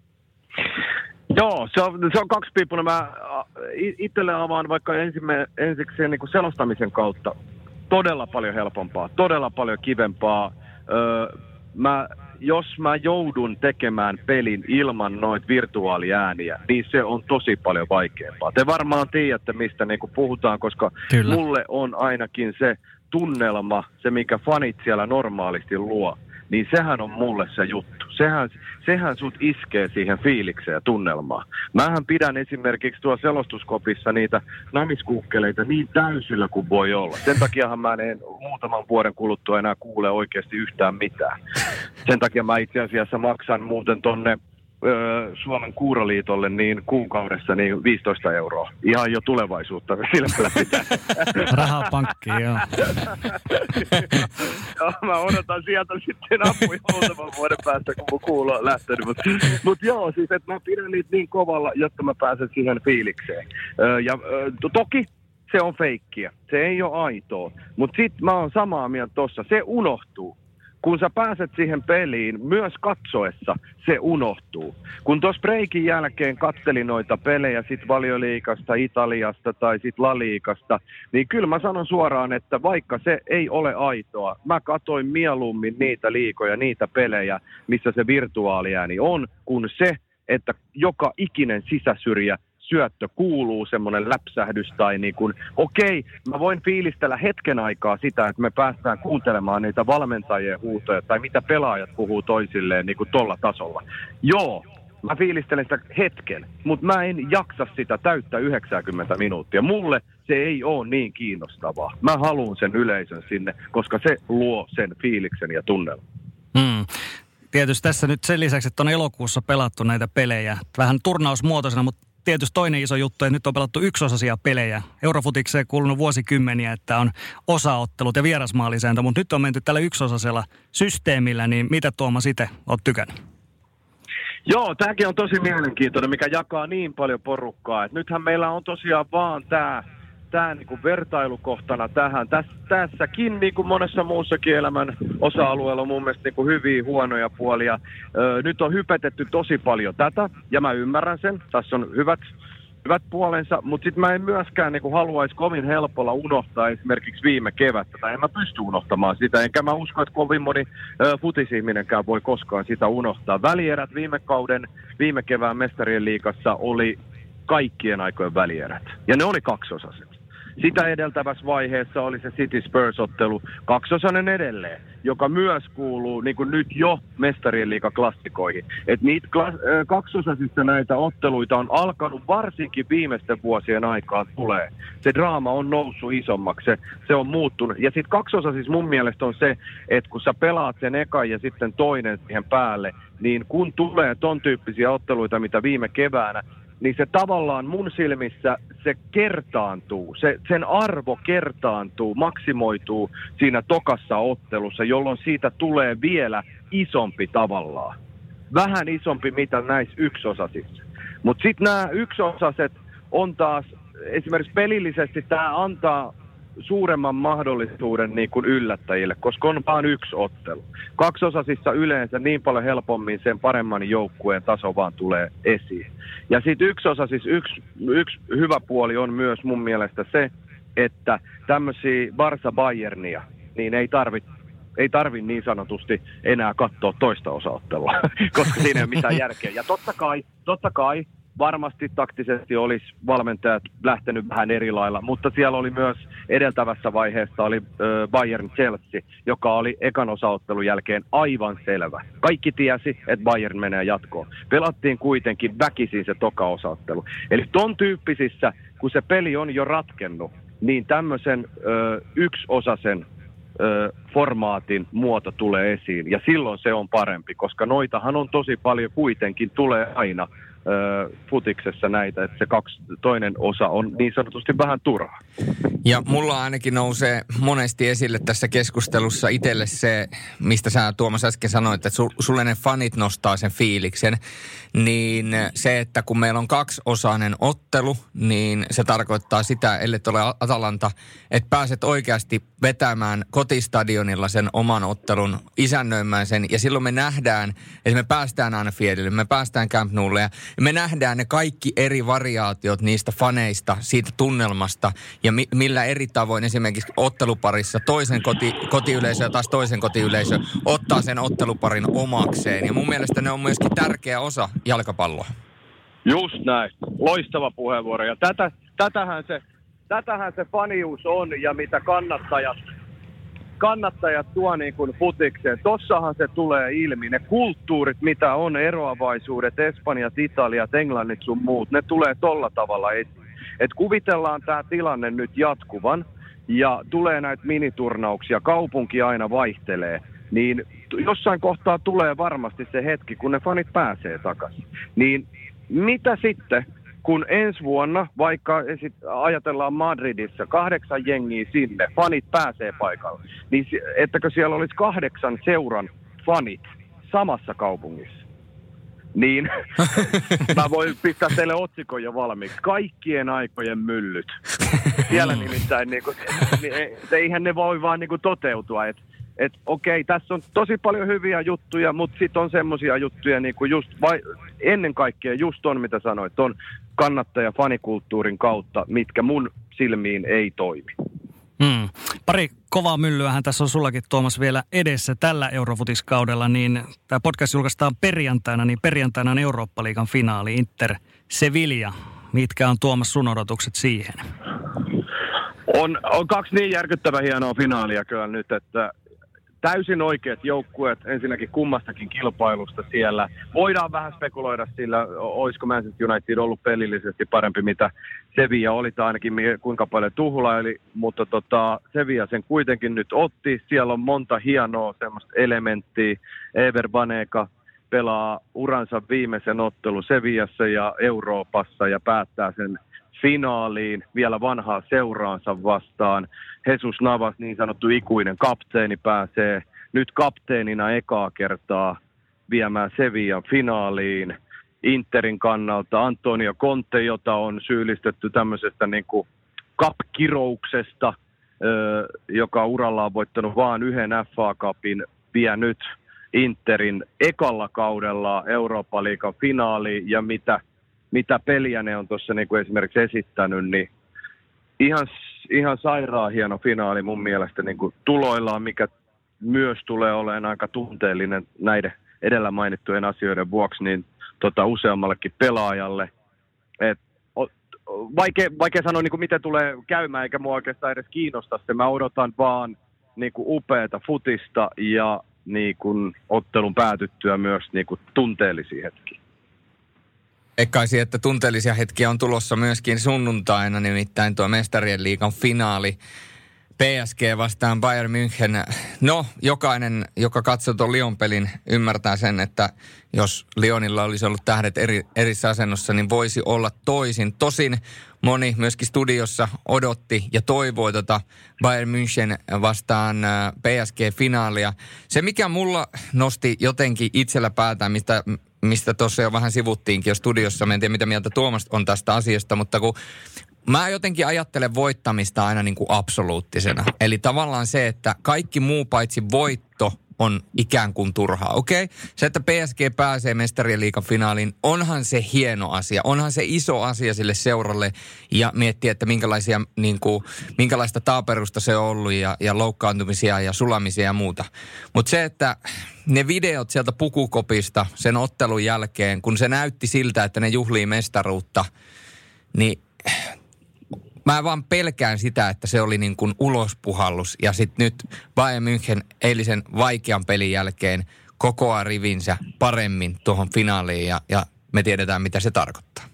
Joo, se on, se on kaksipiippunen. Mä itselle avaan vaikka ensimme, ensiksi niin kuin selostamisen kautta todella paljon helpompaa, todella paljon kivempaa. Öö, mä, jos mä joudun tekemään pelin ilman noita virtuaaliääniä, niin se on tosi paljon vaikeampaa. Te varmaan tiedätte, mistä niin kuin puhutaan, koska Kyllä. mulle on ainakin se tunnelma, se minkä fanit siellä normaalisti luo, niin sehän on mulle se juttu. Sehän, sehän sut iskee siihen fiilikseen ja tunnelmaan. Mähän pidän esimerkiksi tuolla selostuskopissa niitä namiskuukkeleita niin täysillä kuin voi olla. Sen takiahan mä en muutaman vuoden kuluttua enää kuule oikeasti yhtään mitään. Sen takia mä itse asiassa maksan muuten tonne Suomen Kuuroliitolle niin kuukaudessa niin viisitoista euroa. Ihan jo tulevaisuutta silmällä pitää. Rahaa pankkiin, joo. Joo, mä odotan sieltä sitten apuja muutaman vuoden päästä, kun mun kuulo on lähtenyt. Mutta mut joo, siis että mä pidän niitä niin kovalla, jotta mä pääsen siihen fiilikseen. Öö, ja öö, toki se on feikkiä. Se ei ole aitoa. Mutta sit mä oon samaa mieltä tossa. Se unohtuu. Kun sä pääset siihen peliin, myös katsoessa se unohtuu. Kun tuossa breikin jälkeen katselin noita pelejä sit Valioliigasta, Italiasta tai sit Laliigasta, niin kyllä mä sanon suoraan, että vaikka se ei ole aitoa, mä katoin mieluummin niitä liigoja, niitä pelejä, missä se virtuaaliääni on, kun se, että joka ikinen sisäsyrjä syöttö kuuluu, semmoinen läpsähdys tai niin kuin, okei, mä voin fiilistellä hetken aikaa sitä, että me päästään kuuntelemaan niitä valmentajien huutoja tai mitä pelaajat puhuu toisilleen niin kuin tolla tasolla. Joo, mä fiilistelen sitä hetken, mutta mä en jaksa sitä täyttä yhdeksänkymmentä minuuttia. Mulle se ei ole niin kiinnostavaa. Mä haluan sen yleisön sinne, koska se luo sen fiiliksen ja tunnelman. Hmm. Tietysti tässä nyt sen lisäksi, että on elokuussa pelattu näitä pelejä, vähän turnausmuotoisena, mutta tietysti toinen iso juttu, että nyt on pelattu yksiosaisia pelejä. Eurofutikseen kuulunut vuosikymmeniä, että on osaottelut ja vierasmaalisääntö, mutta nyt on menty tällä yksiosaisella systeemillä, niin mitä Tuomas itse olet tykännyt? Joo, tämäkin on tosi mielenkiintoinen, mikä jakaa niin paljon porukkaa. Et nythän meillä on tosiaan vaan tämä tää niinku vertailukohtana tähän. Täs, tässäkin, niin kuin monessa muussakin elämän osa-alueella, on mun mielestä niinku hyviä huonoja puolia. Öö, nyt on hypetetty tosi paljon tätä, ja mä ymmärrän sen. Tässä on hyvät, hyvät puolensa, mutta sitten mä en myöskään niinku haluaisi kovin helpolla unohtaa esimerkiksi viime kevättä, tai en mä pysty unohtamaan sitä, enkä mä usko, että kovin moni ö, futisihminenkään voi koskaan sitä unohtaa. Välierät viime kauden, viime kevään Mestarien liigassa oli kaikkien aikojen välierät, ja ne oli kaksosaiset. Sitä edeltävässä vaiheessa oli se City Spurs-ottelu, kaksosainen edelleen, joka myös kuuluu niin kuin nyt jo Mestarien liigaklassikoihin. Että niitä klas- kaksosaisista näitä otteluita on alkanut varsinkin viimeisten vuosien aikaan tulee. Se draama on noussut isommaksi, se, se on muuttunut. Ja sitten kaksosaisissa mun mielestä on se, että kun sä pelaat sen ekan ja sitten toinen siihen päälle, niin kun tulee ton tyyppisiä otteluita, mitä viime keväänä, niin se tavallaan mun silmissä se kertaantuu, se, sen arvo kertaantuu, maksimoituu siinä tokassa ottelussa, jolloin siitä tulee vielä isompi tavallaan. Vähän isompi mitä näissä yksosasissa. Mutta sitten nämä yksosaiset on taas, esimerkiksi pelillisesti tämä antaa suuremman mahdollisuuden niin kuin yllättäjille, koska on vain yksi ottelu. Kaksosasissa yleensä niin paljon helpommin sen paremman joukkueen taso vaan tulee esiin. Ja sitten yksiosasis yksi, yksi hyvä puoli on myös mun mielestä se, että tämmöisiä Barça-Bayernia, niin ei tarvitse Ei tarvi niin sanotusti enää katsoa toista osaottelua, koska siinä ei ole mitään järkeä. Ja totta kai, totta kai varmasti taktisesti olisi valmentajat lähtenyt vähän eri lailla, mutta siellä oli myös edeltävässä vaiheessa oli äh, Bayern Chelsea, joka oli ekan osaottelun jälkeen aivan selvä. Kaikki tiesi, että Bayern menee jatkoon. Pelattiin kuitenkin väkisin se toka osaottelu. Eli ton tyyppisissä, kun se peli on jo ratkennut, niin tämmöisen äh, yksiosaisen Ö, formaatin muoto tulee esiin, ja silloin se on parempi, koska noitahan on tosi paljon kuitenkin, tulee aina ö, futiksessa näitä, että se kaksi, toinen osa on niin sanotusti vähän turhaa. Ja mulla ainakin nousee monesti esille tässä keskustelussa itselle se, mistä sä Tuomas äsken sanoit, että sulle ne fanit nostaa sen fiiliksen, niin se, että kun meillä on kaksiosainen ottelu, niin se tarkoittaa sitä, ellei ole Atalanta, että pääset oikeasti vetämään kotistadionilla sen oman ottelun, isännöimään sen, ja silloin me nähdään, että me päästään Anfieldille, me päästään Camp Noulle, ja me nähdään ne kaikki eri variaatiot niistä faneista, siitä tunnelmasta, ja mi- millä eri tavoin esimerkiksi otteluparissa toisen koti, kotiyleisö ja taas toisen kotiyleisö ottaa sen otteluparin omakseen. Ja mun mielestä ne on myöskin tärkeä osa jalkapalloa. Just näin. Loistava puheenvuoro. Ja tätä, tätähän, se, tätähän se fanius on ja mitä kannattajat, kannattajat tuo niin kuin futikseen. Tossahan se tulee ilmi. Ne kulttuurit, mitä on, eroavaisuudet, Espanjat, Italiat, Englannit sun muut, ne tulee tolla tavalla esiin. Et kuvitellaan tämä tilanne nyt jatkuvan ja tulee näitä miniturnauksia, kaupunki aina vaihtelee, niin jossain kohtaa tulee varmasti se hetki, kun ne fanit pääsee takaisin. Niin mitä sitten, kun ensi vuonna, vaikka esit, ajatellaan Madridissa, kahdeksan jengiä sinne, fanit pääsee paikalle, niin ettäkö siellä olisi kahdeksan seuran fanit samassa kaupungissa? Niin, mä voin pistää teille otsikon jo valmiiksi. Kaikkien aikojen myllyt. Siellä nimittäin, niin kuin, niin, eihän ne voi vaan niin kuin toteutua. Että et, okei, tässä on tosi paljon hyviä juttuja, mutta sitten on semmoisia juttuja, niin kuin just, vai, ennen kaikkea just on, mitä sanoit, on kannattaja-fanikulttuurin kautta, mitkä mun silmiin ei toimi. Hmm. Pari kovaa myllyähän tässä on sullakin, Tuomas, vielä edessä tällä Eurofutiskaudella, niin tämä podcast julkaistaan perjantaina, niin perjantaina on Eurooppa-liigan finaali Inter Sevilla. Mitkä on, Tuomas, sun odotukset siihen? On, on kaksi niin järkyttävän hienoa finaalia kyllä nyt, että täysin oikeat joukkueet ensinnäkin kummastakin kilpailusta siellä. Voidaan vähän spekuloida sillä, olisiko Manchester United ollut pelillisesti parempi, mitä Sevilla oli, tai ainakin kuinka paljon tuhlaili, mutta tota, Sevilla sen kuitenkin nyt otti. Siellä on monta hienoa semmoista elementtiä. Ever Banega pelaa uransa viimeisen ottelu Sevillassa ja Euroopassa ja päättää sen finaaliin vielä vanhaa seuraansa vastaan. Jesus Navas, niin sanottu ikuinen kapteeni, pääsee nyt kapteenina ekaa kertaa viemään Sevillan finaaliin. Interin kannalta Antonio Conte, jota on syyllistetty tämmöisestä niin kuin cup-kirouksesta, joka uralla on voittanut vain yhden F A-cupin, vie nyt Interin ekalla kaudella Eurooppa-liigan finaaliin, ja mitä mitä peliä ne on tuossa niin kuin esimerkiksi esittänyt, niin ihan, ihan sairaan hieno finaali mun mielestä niin kuin tuloillaan, mikä myös tulee olemaan aika tunteellinen näiden edellä mainittujen asioiden vuoksi, niin tota, useammallekin pelaajalle. Et, o, vaikea, vaikea sanoa, niin kuin miten tulee käymään, eikä mua oikeastaan edes kiinnosta se. Mä odotan vaan niin kuin upeata futista ja niin kuin ottelun päätyttyä myös niin kuin tunteellisia hetkiä. Ekkaisi, että tunteellisia hetkiä on tulossa myöskin sunnuntaina, nimittäin tuo Mestarien liigan finaali P S G vastaan Bayern München. No, jokainen, joka katsoo tuon Lyon-pelin, ymmärtää sen, että jos Lyonilla olisi ollut tähdet eri, erissä asennossa, niin voisi olla toisin. Tosin moni myöskin studiossa odotti ja toivoi tota Bayern München vastaan P S G-finaalia. Se, mikä mulla nosti jotenkin itsellä päätään, mistä... mistä tuossa jo vähän sivuttiinkin jo studiossa. Mä en tiedä, mitä mieltä Tuomas on tästä asiasta, mutta kun Mä jotenkin ajattelen voittamista aina niin kuin absoluuttisena. Eli tavallaan se, että kaikki muu paitsi voitto on ikään kuin turhaa. Okei, okay? Se, että P S G pääsee Mestarien liigan finaaliin, onhan se hieno asia. Onhan se iso asia sille seuralle ja miettiä, että minkälaisia, niin kuin, minkälaista taaperusta se on ollut ja, ja loukkaantumisia ja sulamisia ja muuta. Mutta se, että ne videot sieltä Pukukopista sen ottelun jälkeen, kun se näytti siltä, että ne juhlii mestaruutta, niin mä vaan pelkään sitä, että se oli niin kuin ulospuhallus. Ja sitten nyt Bayern München eilisen vaikean pelin jälkeen kokoaa rivinsä paremmin tuohon finaaliin. Ja, ja me tiedetään, mitä se tarkoittaa.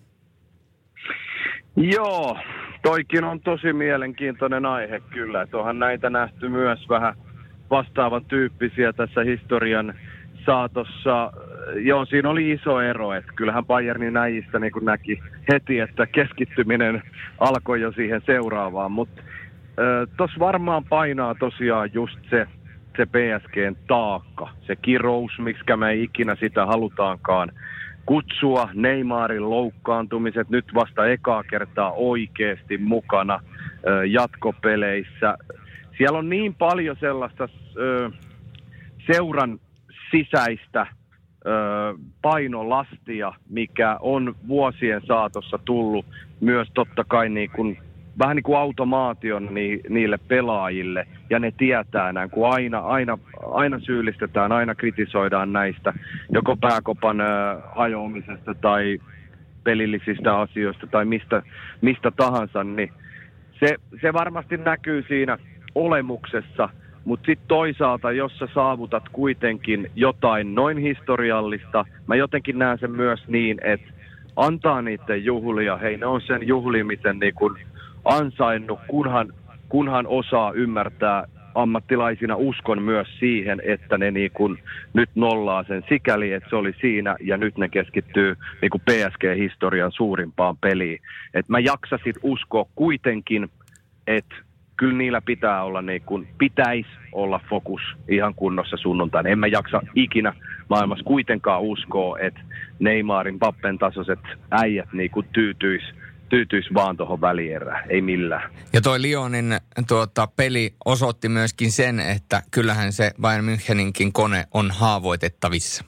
Joo, toikin on tosi mielenkiintoinen aihe kyllä. Että onhan näitä nähty myös vähän vastaavan tyyppisiä tässä historian saatossa. Joo, siinä oli iso ero, että kyllähän Bayernin näistä niin kuin näki heti, että keskittyminen alkoi jo siihen seuraavaan, mutta tuossa varmaan painaa tosiaan just se, se P S G:n taakka, se kirous, miksikä me ei ikinä sitä halutaankaan kutsua, Neymarin loukkaantumiset nyt vasta ekaa kertaa oikeasti mukana ö, jatkopeleissä. Siellä on niin paljon sellaista ö, seuran sisäistä ö, painolastia, mikä on vuosien saatossa tullut myös totta kai niin kuin, vähän niin kuin automaation ni, niille pelaajille, ja ne tietää näin, kun aina, aina, aina syyllistetään, aina kritisoidaan näistä, joko pääkopan ö, hajoamisesta tai pelillisistä asioista tai mistä, mistä tahansa, niin se, se varmasti näkyy siinä olemuksessa. Mutta sitten toisaalta, jos sä saavutat kuitenkin jotain noin historiallista, mä jotenkin näen sen myös niin, että antaa niiden juhlia, hei ne on sen juhlimisen niin kun ansainnut, kunhan, kunhan osaa ymmärtää ammattilaisina uskon myös siihen, että ne niin kun nyt nollaa sen sikäli, että se oli siinä ja nyt ne keskittyy niin kun P S G-historian suurimpaan peliin. Että mä jaksasin uskoa kuitenkin, että kyllä niillä pitää olla, niin kuin, pitäisi olla fokus ihan kunnossa sunnuntaina. En mä jaksa ikinä maailmassa kuitenkaan uskoa, että Neymarin, Mbappen tasoiset äijät niin kuin tyytyis, tyytyis vaan tuohon välierään. Ei millään. Ja toi Lyonin tuota, peli osoitti myöskin sen, että kyllähän se Bayern Müncheninkin kone on haavoitettavissa.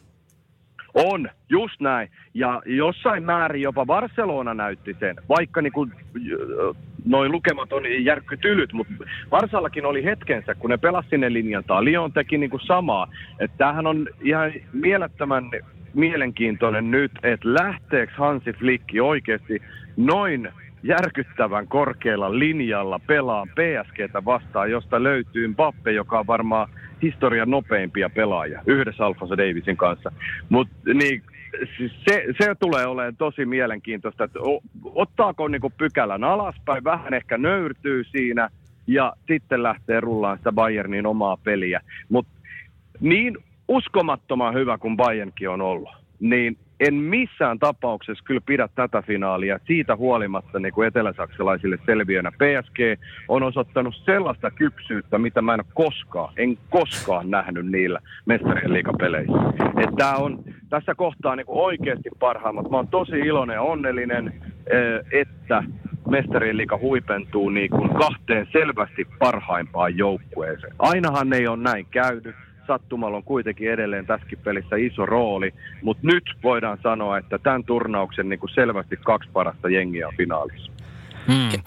On, just näin. Ja jossain määrin jopa Barcelona näytti sen, vaikka niin kuin, noin lukemat on järkkytylyt, mutta Barsallakin oli hetkensä, kun ne pelasi sinne linjaltaan. Lyon teki niin kuin samaa. Että tämähän on ihan mielettömän mielenkiintoinen nyt, että lähteekö Hansi Flick oikeasti noin järkyttävän korkealla linjalla pelaa P S G:tä vastaan, josta löytyy Mbappe, joka on varmaan historian nopeimpia pelaajia yhdessä Alphonso Davisin kanssa. Mutta niin, se, se tulee olemaan tosi mielenkiintoista, että ottaako niinku pykälän alaspäin, vähän ehkä nöyrtyy siinä ja sitten lähtee rullaan sitä Bayernin omaa peliä. Mutta niin uskomattoman hyvä kuin Bayernkin on ollut, niin en missään tapauksessa kyllä pidä tätä finaalia siitä huolimatta niin kuin eteläsaksalaisille selviönä. P S G on osoittanut sellaista kypsyyttä, mitä mä en koskaan, en koskaan nähnyt niillä Mestarien liigapeleissä. Että on tässä kohtaa niin kuin oikeasti parhaimmat. Mä oon tosi iloinen ja onnellinen, että Mestarien liiga huipentuu niin kuin kahteen selvästi parhaimpaan joukkueeseen. Ainahan ei ole näin käynyt. Sattumalla on kuitenkin edelleen tässäkin pelissä iso rooli, mutta nyt voidaan sanoa, että tämän turnauksen niin kuin selvästi kaksi parasta jengiä on finaalissa. Hmm.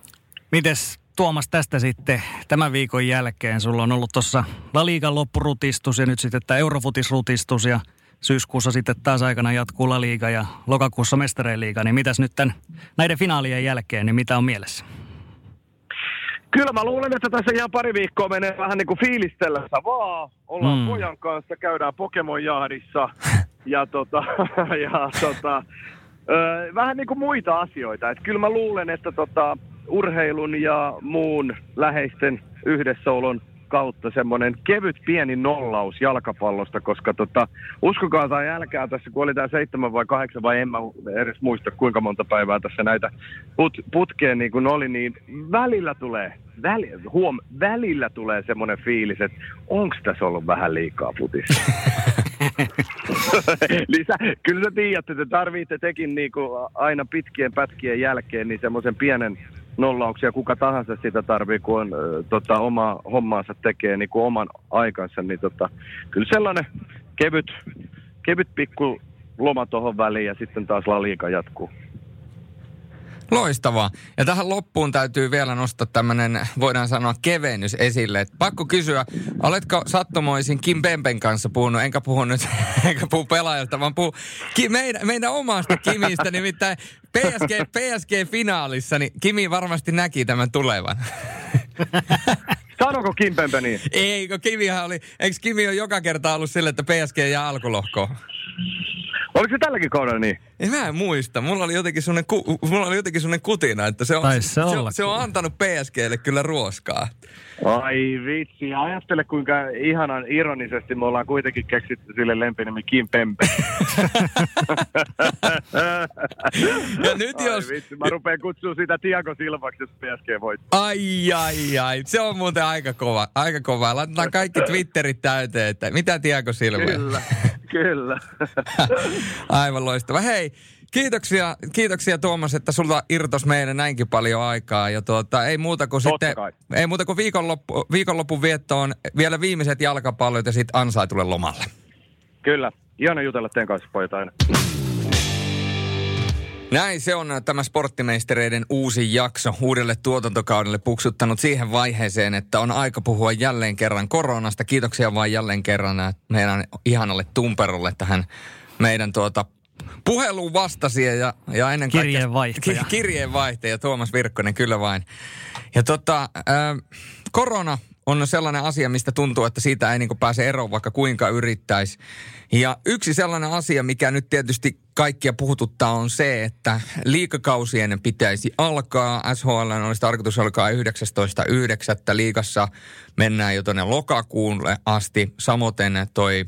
Mites Tuomas tästä sitten tämän viikon jälkeen? Sulla on ollut tuossa La Ligan loppurutistus ja nyt sitten tämä Eurofutis-rutistus ja syyskuussa sitten taas aikana jatkuu La Liga ja lokakuussa Mestarien liiga. Niin mitäs nyt tämän, näiden finaalien jälkeen, niin mitä on mielessä? Kyllä mä luulen, että tässä ihan pari viikkoa menee vähän niin kuin fiilistellessä vaan. Ollaan mm. pojan kanssa, käydään Pokemon-jahdissa ja, tota, ja tota, ö, vähän niin kuin muita asioita. Et kyllä mä luulen, että tota, urheilun ja muun läheisten yhdessäolon kautta semmoinen kevyt pieni nollaus jalkapallosta, koska tota, uskokaa tai älkää tässä, kun oli tämä seitsemän vai kahdeksan vai en mä edes muista kuinka monta päivää tässä näitä put, putkeen niin kuin oli, niin välillä tulee, väli, huom, välillä tulee semmoinen fiilis, että onko tässä ollut vähän liikaa futissa. Lisä, kyllä sä tiedätte, että tarvitte tekin niinku aina pitkien pätkien jälkeen niin semmoisen pienen nollauksia, kuka tahansa sitä tarvii, kun on äh, tota, oma hommaansa tekee niin kuin oman aikansa, niin tota, kyllä sellainen kevyt, kevyt pikku loma tuohon väliin ja sitten taas La Liga jatkuu. Loistavaa. Ja tähän loppuun täytyy vielä nostaa tämmöinen, voidaan sanoa, kevennys esille. Et pakko kysyä, oletko sattumoisin Kim Pempen kanssa puhunut, enkä puhu nyt, enkä puhu pelaajasta, vaan puhu ki, meidän, meidän omasta Kimistä, nimittäin P S G, P S G-finaalissa, niin Kimi varmasti näki tämän tulevan. Sanoko Kim Pempe niin? Ei, kun Kimihän oli, eikö Kimi on joka kerta ollut sille, että P S G jää alkulohkoon? Oliko se tälläkin kaudella niin? Ei, mä en muista. Mulla oli jotenkin semmoinen, ku, mulla oli jotenkin semmoinen kutina, että se on, se, se, on, se on antanut P S G:lle kyllä ruoskaa. Ai vitsi, ajattele kuinka ihanan ironisesti me ollaan kuitenkin keksitty sille lempinimi Kim Pempe. Ja nyt ai jos... vitsi, mä rupean kutsua sitä Thiago Silvaksi, jos P S G voittaa. Ai, ai, ai. Se on muuten aika kova. Aika kova. Laitetaan kaikki Twitterit täyteen, että mitä Thiago Silva? Kyllä, kyllä. Aivan loistava. Hei, kiitoksia, kiitoksia Tuomas, että sulla irtos meidän näinkin paljon aikaa. Ja tuota, ei muuta kuin Totta sitten, kai. ei muuta kuin viikonloppu, viikonlopun viettoon vielä viimeiset jalkapallot ja sitten ansaitulle lomalle. Kyllä. Ihana jutella teidän kanssa, pojat aina. Näin se on tämä Sporttimeistereiden uusi jakso uudelle tuotantokaudelle puksuttanut siihen vaiheeseen, että on aika puhua jälleen kerran koronasta. Kiitoksia vaan jälleen kerran meidän ihanalle Tumperolle tähän meidän tuota puheluun vastasi ja, ja ennen kaikkea... Kirjeenvaihtaja. Ki, kirjeenvaihtaja Tuomas Virkkonen, kyllä vain. Ja tota, äh, korona on sellainen asia, mistä tuntuu, että siitä ei niin kuin pääse eroon, vaikka kuinka yrittäisi. Ja yksi sellainen asia, mikä nyt tietysti kaikkia puhututtaa, on se, että liigakausien pitäisi alkaa. S H L olisi tarkoitus alkaa yhdeksästoista yhdeksättä Liigassa mennään jo tuonne lokakuulle asti. Samoin toi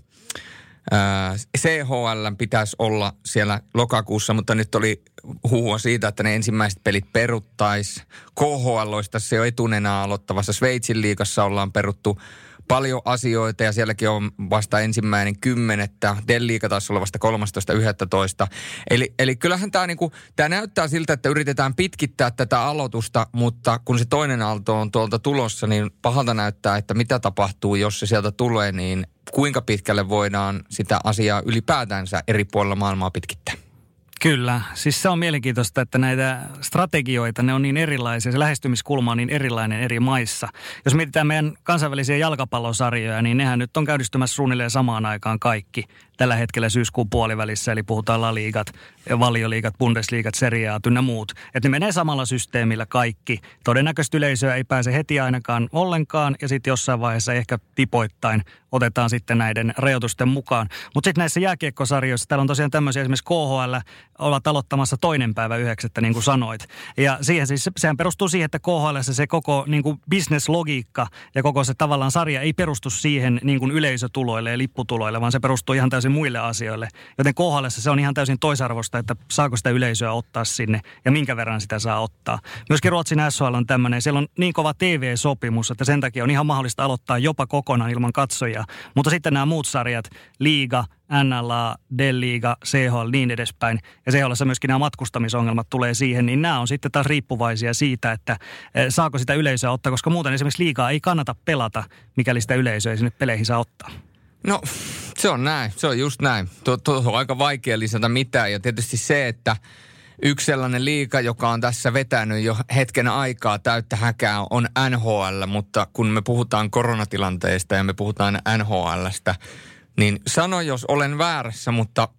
C H L pitäisi olla siellä lokakuussa, mutta nyt oli huhua siitä, että ne ensimmäiset pelit peruttaisi. K H L olisi tässä jo etunenä aloittavassa. Sveitsin liigassa ollaan peruttu paljon asioita ja sielläkin on vasta ensimmäinen kymmenettä. Del-liiga taisi olla vasta kolmastoista yhdestoista. Eli, eli kyllähän tämä niinku, tää näyttää siltä, että yritetään pitkittää tätä aloitusta, mutta kun se toinen aalto on tuolta tulossa, niin pahalta näyttää, että mitä tapahtuu, jos se sieltä tulee, niin kuinka pitkälle voidaan sitä asiaa ylipäätänsä eri puolilla maailmaa pitkittää. Kyllä. Siis se on mielenkiintoista, että näitä strategioita, ne on niin erilaisia. Se lähestymiskulma on niin erilainen eri maissa. Jos mietitään meidän kansainvälisiä jalkapallosarjoja, niin nehän nyt on käynnistymässä suunnilleen samaan aikaan kaikki. Tällä hetkellä syyskuun puolivälissä, eli puhutaan La Liigat, Valioliigat, Bundesliigat, Serie A ynnä muut. Että ne menee samalla systeemillä kaikki. Todennäköisesti yleisöä ei pääse heti ainakaan ollenkaan, ja sitten jossain vaiheessa ehkä tipoittain otetaan sitten näiden rajoitusten mukaan. Mutta sitten näissä jääkiekkosarjoissa, täällä on tosiaan tämmöisiä, esimerkiksi K H L ovat aloittamassa toinen päivä yhdeksättä, niin kuin sanoit. Ja siihen siis, sehän perustuu siihen, että K H L:ssä se koko niin kuin business-logiikka ja koko se tavallaan sarja ei perustu siihen niin kuin yleisötuloille ja lipputuloille, vaan se perustuu ihan täysin muille asioille. Joten K H L:ssä se on ihan täysin toisarvosta, että saako sitä yleisöä ottaa sinne ja minkä verran sitä saa ottaa. Myöskin Ruotsin S H L on tämmöinen, siellä on niin kova T V-sopimus, että sen takia on ihan mahdollista aloittaa jopa kokonaan ilman katsojia. Mutta sitten nämä muut sarjat, Liiga, N L A, Del-liiga, C H L, niin edespäin. Ja C H L:ssä myöskin nämä matkustamisongelmat tulee siihen, niin nämä on sitten taas riippuvaisia siitä, että saako sitä yleisöä ottaa, koska muuten esimerkiksi liigaa ei kannata pelata, mikäli sitä yleisöä ei sinne peleihin saa ottaa. No, se on näin. Se on just näin. Tuo, tuo on aika vaikea lisätä mitään. Ja tietysti se, että yksi sellainen liiga, joka on tässä vetänyt jo hetken aikaa täyttä häkää, on N H L. Mutta kun me puhutaan koronatilanteesta ja me puhutaan N H L:stä, niin sano, jos olen väärässä, mutta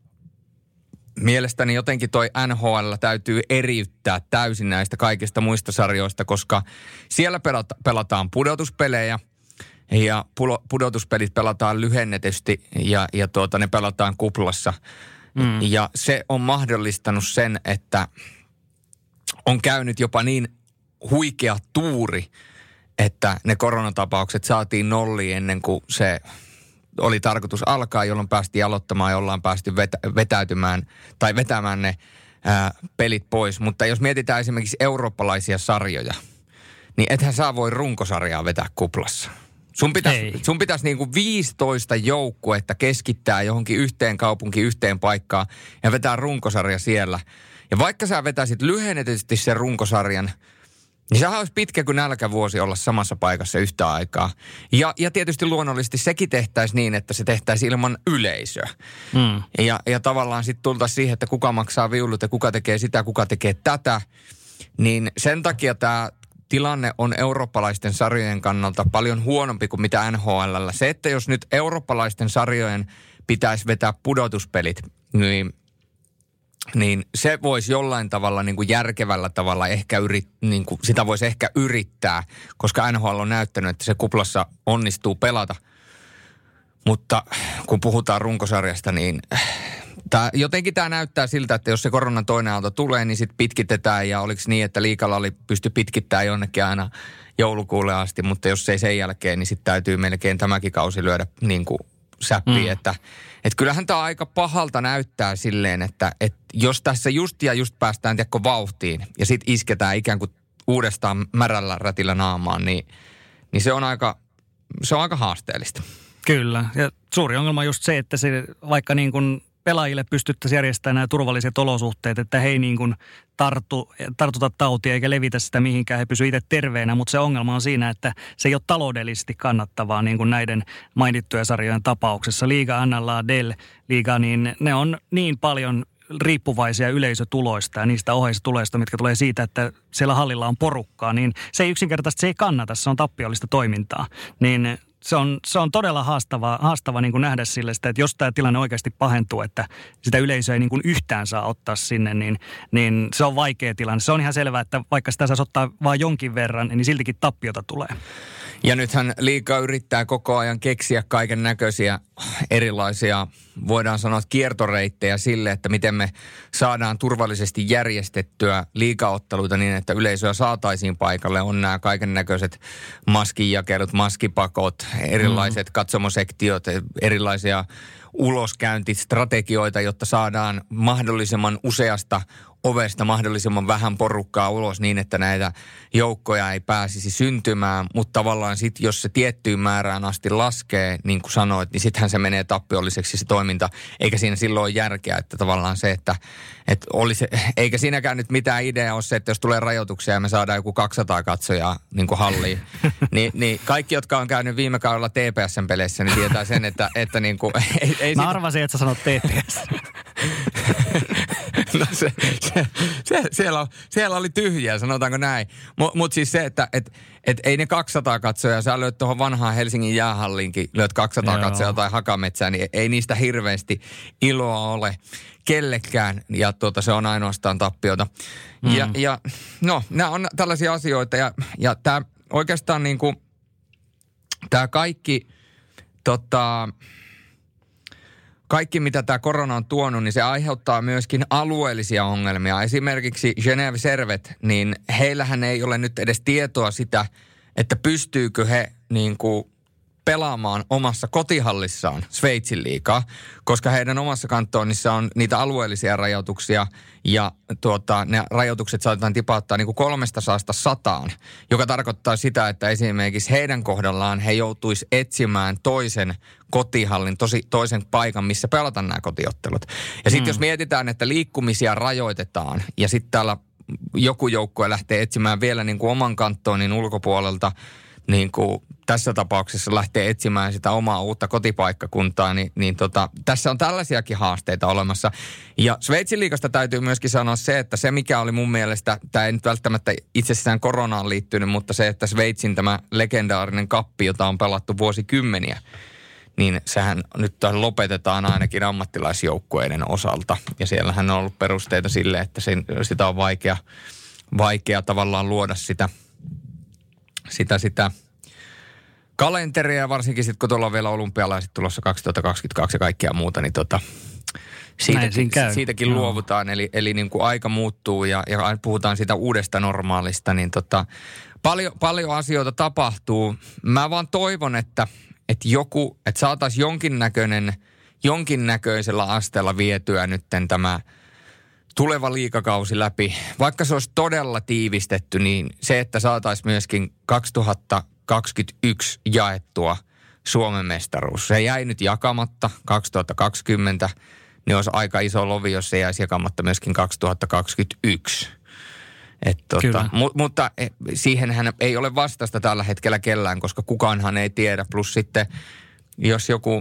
mielestäni jotenkin toi N H L täytyy eriyttää täysin näistä kaikista muista sarjoista, koska siellä pelata, pelataan pudotuspelejä ja pudotuspelit pelataan lyhennetysti ja, ja tuota, ne pelataan kuplassa. Mm. Ja se on mahdollistanut sen, että on käynyt jopa niin huikea tuuri, että ne koronatapaukset saatiin nolliin ennen kuin se oli tarkoitus alkaa, jolloin päästiin aloittamaan ja ollaan päästy vetä, vetäytymään tai vetämään ne ää, pelit pois. Mutta jos mietitään esimerkiksi eurooppalaisia sarjoja, niin ethän saa voi runkosarjaa vetää kuplassa. Sun pitäisi, sun pitäisi niin kuin viisitoista joukkuetta keskittää johonkin yhteen kaupunkiin, yhteen paikkaan ja vetää runkosarja siellä. Ja vaikka sä vetäisit lyhennetysti sen runkosarjan, niin sehän olisi pitkä kuin nälkävuosi olla samassa paikassa yhtä aikaa. Ja, ja tietysti luonnollisesti sekin tehtäisiin niin, että se tehtäisiin ilman yleisöä. Mm. Ja, ja tavallaan sitten tultaisiin siihen, että kuka maksaa viulut ja kuka tekee sitä, kuka tekee tätä. Niin sen takia tämä tilanne on eurooppalaisten sarjojen kannalta paljon huonompi kuin mitä N H L:llä. Se, että jos nyt eurooppalaisten sarjojen pitäisi vetää pudotuspelit, niin... niin se voisi jollain tavalla niin kuin järkevällä tavalla ehkä yrit, niin kuin sitä voisi ehkä yrittää, koska N H L on näyttänyt, että se kuplassa onnistuu pelata. Mutta kun puhutaan runkosarjasta, niin tää, jotenkin tämä näyttää siltä, että jos se koronan toinen aalto tulee, niin sitten pitkitetään. Ja oliko niin, että liigalla oli pysty pitkittämään jonnekin aina joulukuulle asti, mutta jos ei sen jälkeen, niin sitten täytyy melkein tämäkin kausi lyödä niin kuin säppiin, mm. että et kyllähän tämä aika pahalta näyttää silleen, että et jos tässä just ja just päästään tiedätkö vauhtiin ja sitten isketään ikään kuin uudestaan märällä rätillä naamaan, niin, niin se on aika, se on aika haasteellista. Kyllä, ja suuri ongelma on just se, että se vaikka niin kuin pelaajille pystyttäisiin järjestämään nämä turvalliset olosuhteet, että he ei niin kuin tartu, tartuta tautia eikä levitä sitä mihinkään, he pysyvät itse terveenä, mutta se ongelma on siinä, että se ei ole taloudellisesti kannattavaa niin kuin näiden mainittujen sarjojen tapauksessa. Liiga, N L A, D E L, Liiga, niin ne on niin paljon riippuvaisia yleisötuloista ja niistä oheistuloista, mitkä tulee siitä, että siellä hallilla on porukkaa, niin se ei yksinkertaisesti se ei kannata, se on tappiollista toimintaa, niin Se on, se on todella haastava, haastava niin kuin nähdä sille sitä, että jos tämä tilanne oikeasti pahentuu, että sitä yleisöä ei niin kuin yhtään saa ottaa sinne, niin, niin se on vaikea tilanne. Se on ihan selvää, että vaikka sitä saisi ottaa vain jonkin verran, niin siltikin tappiota tulee. Ja nythän liiga yrittää koko ajan keksiä kaiken näköisiä erilaisia, voidaan sanoa, kiertoreittejä sille, että miten me saadaan turvallisesti järjestettyä liigaotteluita niin, että yleisöä saataisiin paikalle. On nämä kaiken näköiset maskinjakelut, maskipakot, erilaiset mm. katsomosektiot, erilaisia uloskäyntistrategioita, jotta saadaan mahdollisimman useasta ovesta mahdollisimman vähän porukkaa ulos niin, että näitä joukkoja ei pääsisi syntymään, mutta tavallaan sitten, jos se tiettyyn määrään asti laskee, niin kuin sanoit, niin sittenhän se menee tappiolliseksi se toiminta, eikä siinä silloin ole järkeä, että tavallaan se, että, että olisi, eikä siinäkään nyt mitään idea ole se, että jos tulee rajoituksia ja me saadaan joku kaksisataa katsojaa niin kuin halliin, niin, niin kaikki, jotka on käynyt viime kaudella T P S-peleissä, niin tietää sen, että, että niin kuin, ei, ei Mä sitä... arvasin, että sä sanot T P S. No se, se, se, siellä, siellä oli tyhjää, sanotaanko näin. Mutta mut siis se, että et, et ei ne kaksisataa katsojaa, sä lyöt tuohon vanhaan Helsingin jäähalliinkin, lyöt kaksisataa Joo. katsojaa tai Hakametsään, niin ei niistä hirveästi iloa ole kellekään. Ja tuota, se on ainoastaan tappiota. Mm. Ja, ja no, nämä on tällaisia asioita ja, ja tämä oikeastaan niin kuin, tämä kaikki tota... Kaikki, mitä tämä korona on tuonut, niin se aiheuttaa myöskin alueellisia ongelmia. Esimerkiksi Genève Servet, niin heillähän ei ole nyt edes tietoa sitä, että pystyykö he niin kuin pelaamaan omassa kotihallissaan Sveitsin liigaa, koska heidän omassa kantonissa on niitä alueellisia rajoituksia ja tuota, ne rajoitukset saatetaan tipauttaa niin kuin kolmesta saasta sataan, joka tarkoittaa sitä, että esimerkiksi heidän kohdallaan he joutuisi etsimään toisen kotihallin, tosi, toisen paikan, missä pelataan nämä kotiottelut. Ja sitten mm. jos mietitään, että liikkumisia rajoitetaan ja sitten täällä joku joukkue lähtee etsimään vielä niin kuin oman kantonin ulkopuolelta, niin kuin tässä tapauksessa lähtee etsimään sitä omaa uutta kotipaikkakuntaa, niin, niin tota, tässä on tällaisiakin haasteita olemassa. Ja Sveitsin liigasta täytyy myöskin sanoa se, että se mikä oli mun mielestä, tämä ei nyt välttämättä itsessään koronaan liittynyt, mutta se, että Sveitsin tämä legendaarinen kappi, jota on pelattu vuosikymmeniä, niin sehän nyt lopetetaan ainakin ammattilaisjoukkueiden osalta. Ja siellähän on ollut perusteita sille, että sen, sitä on vaikea, vaikea tavallaan luoda sitä, sitä, sitä kalenteria, varsinkin sitten kun tuolla on vielä olympialaiset tulossa kaksituhattakaksikymmentäkaksi ja kaikkea muuta, niin tota, siitäkin, siitäkin luovutaan. Eli, eli niin kuin aika muuttuu ja, ja puhutaan siitä uudesta normaalista, niin tota, paljon, paljon asioita tapahtuu. Mä vaan toivon, että, että joku, että saataisiin jonkinnäköinen, jonkinnäköisellä asteella vietyä nytten tämä tuleva liigakausi läpi. Vaikka se olisi todella tiivistetty, niin se, että saataisiin myöskin kaksituhattakaksikymmentä kaksituhattakaksikymmentäyksi jaettua Suomen mestaruus. Se jäi nyt jakamatta kaksituhattakaksikymmentä, niin olisi aika iso lovi, jos se jäisi jakamatta myöskin kaksituhattakaksikymmentäyksi. Et tota, mu, mutta siihenhän ei ole vastausta tällä hetkellä kellään, koska kukaanhan ei tiedä. Plus sitten, jos joku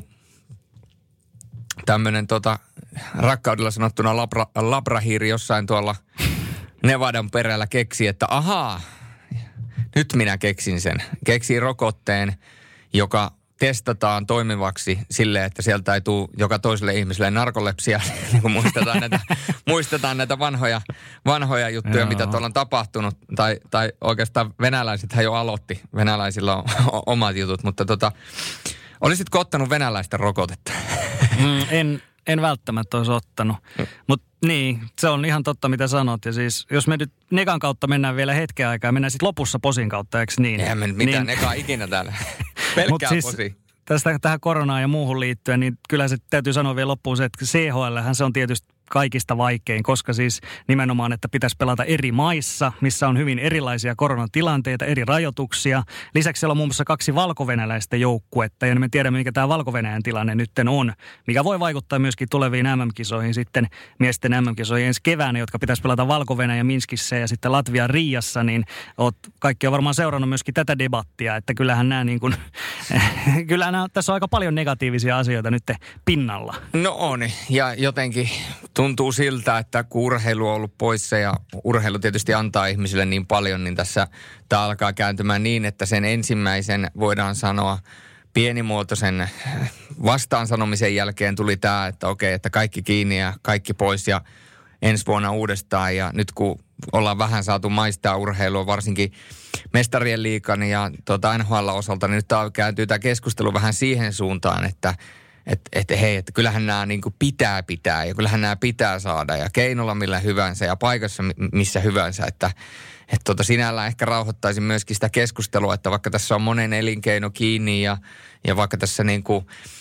tämmöinen tota, rakkaudella sanottuna labra, labrahiiri jossain tuolla Nevadan perällä keksii, että ahaa, nyt minä keksin sen. Keksii rokotteen, joka testataan toimivaksi silleen, että sieltä ei tule joka toiselle ihmiselle narkolepsia, niin kuin muistetaan näitä, muistetaan näitä vanhoja, vanhoja juttuja, Joo. mitä tuolla on tapahtunut. Tai, tai oikeastaan venäläisethän jo aloitti. Venäläisillä on omat jutut, mutta tota, olisitko ottanut venäläistä rokotetta? Mm, en, en välttämättä olisi ottanut. Mutta niin, se on ihan totta, mitä sanot. Ja siis, jos me nyt Nekan kautta mennään vielä hetken aikaa, mennään sitten lopussa Posin kautta, eikö niin? Eihän me mitään niin, Nekaa ikinä täällä. Pelkkää siis, Posi. Tästä tähän koronaan ja muuhun liittyen, niin kyllä se täytyy sanoa vielä loppuun se, että C H L:hän se on tietysti kaikista vaikein, koska siis nimenomaan, että pitäisi pelata eri maissa, missä on hyvin erilaisia koronatilanteita, eri rajoituksia. Lisäksi siellä on muun muassa kaksi valkovenäläistä joukkuetta, ja me tiedämme, mikä tämä Valko-Venäjän tilanne nyt on, mikä voi vaikuttaa myöskin tuleviin M M-kisoihin sitten, miesten M M-kisoihin ensi keväänä, jotka pitäisi pelata Valko-Venäjä Minskissä ja sitten Latvia Riiassa, niin oot, kaikki on varmaan seurannut myöskin tätä debattia, että kyllähän nämä niin kuin, kyllähän nämä, tässä on aika paljon negatiivisia asioita nyt pinnalla. No on, ja jotenkin tuntuu siltä, että kun urheilu on ollut poissa ja urheilu tietysti antaa ihmisille niin paljon, niin tässä tämä alkaa kääntymään niin, että sen ensimmäisen voidaan sanoa pienimuotoisen vastaansanomisen jälkeen tuli tämä, että okei, että kaikki kiinni ja kaikki pois ja ensi vuonna uudestaan. Ja nyt kun ollaan vähän saatu maistaa urheilua, varsinkin mestarien liigan ja tuota N H L osalta, niin nyt tämä kääntyy tämä keskustelu vähän siihen suuntaan, että Että et, hei, että kyllähän nämä niin kuin pitää pitää ja kyllähän nämä pitää saada ja keinolla millä hyvänsä ja paikassa missä hyvänsä. Että et tota sinällään ehkä rauhoittaisin myöskin sitä keskustelua, että vaikka tässä on monen elinkeino kiinni ja, ja vaikka tässä niin kuin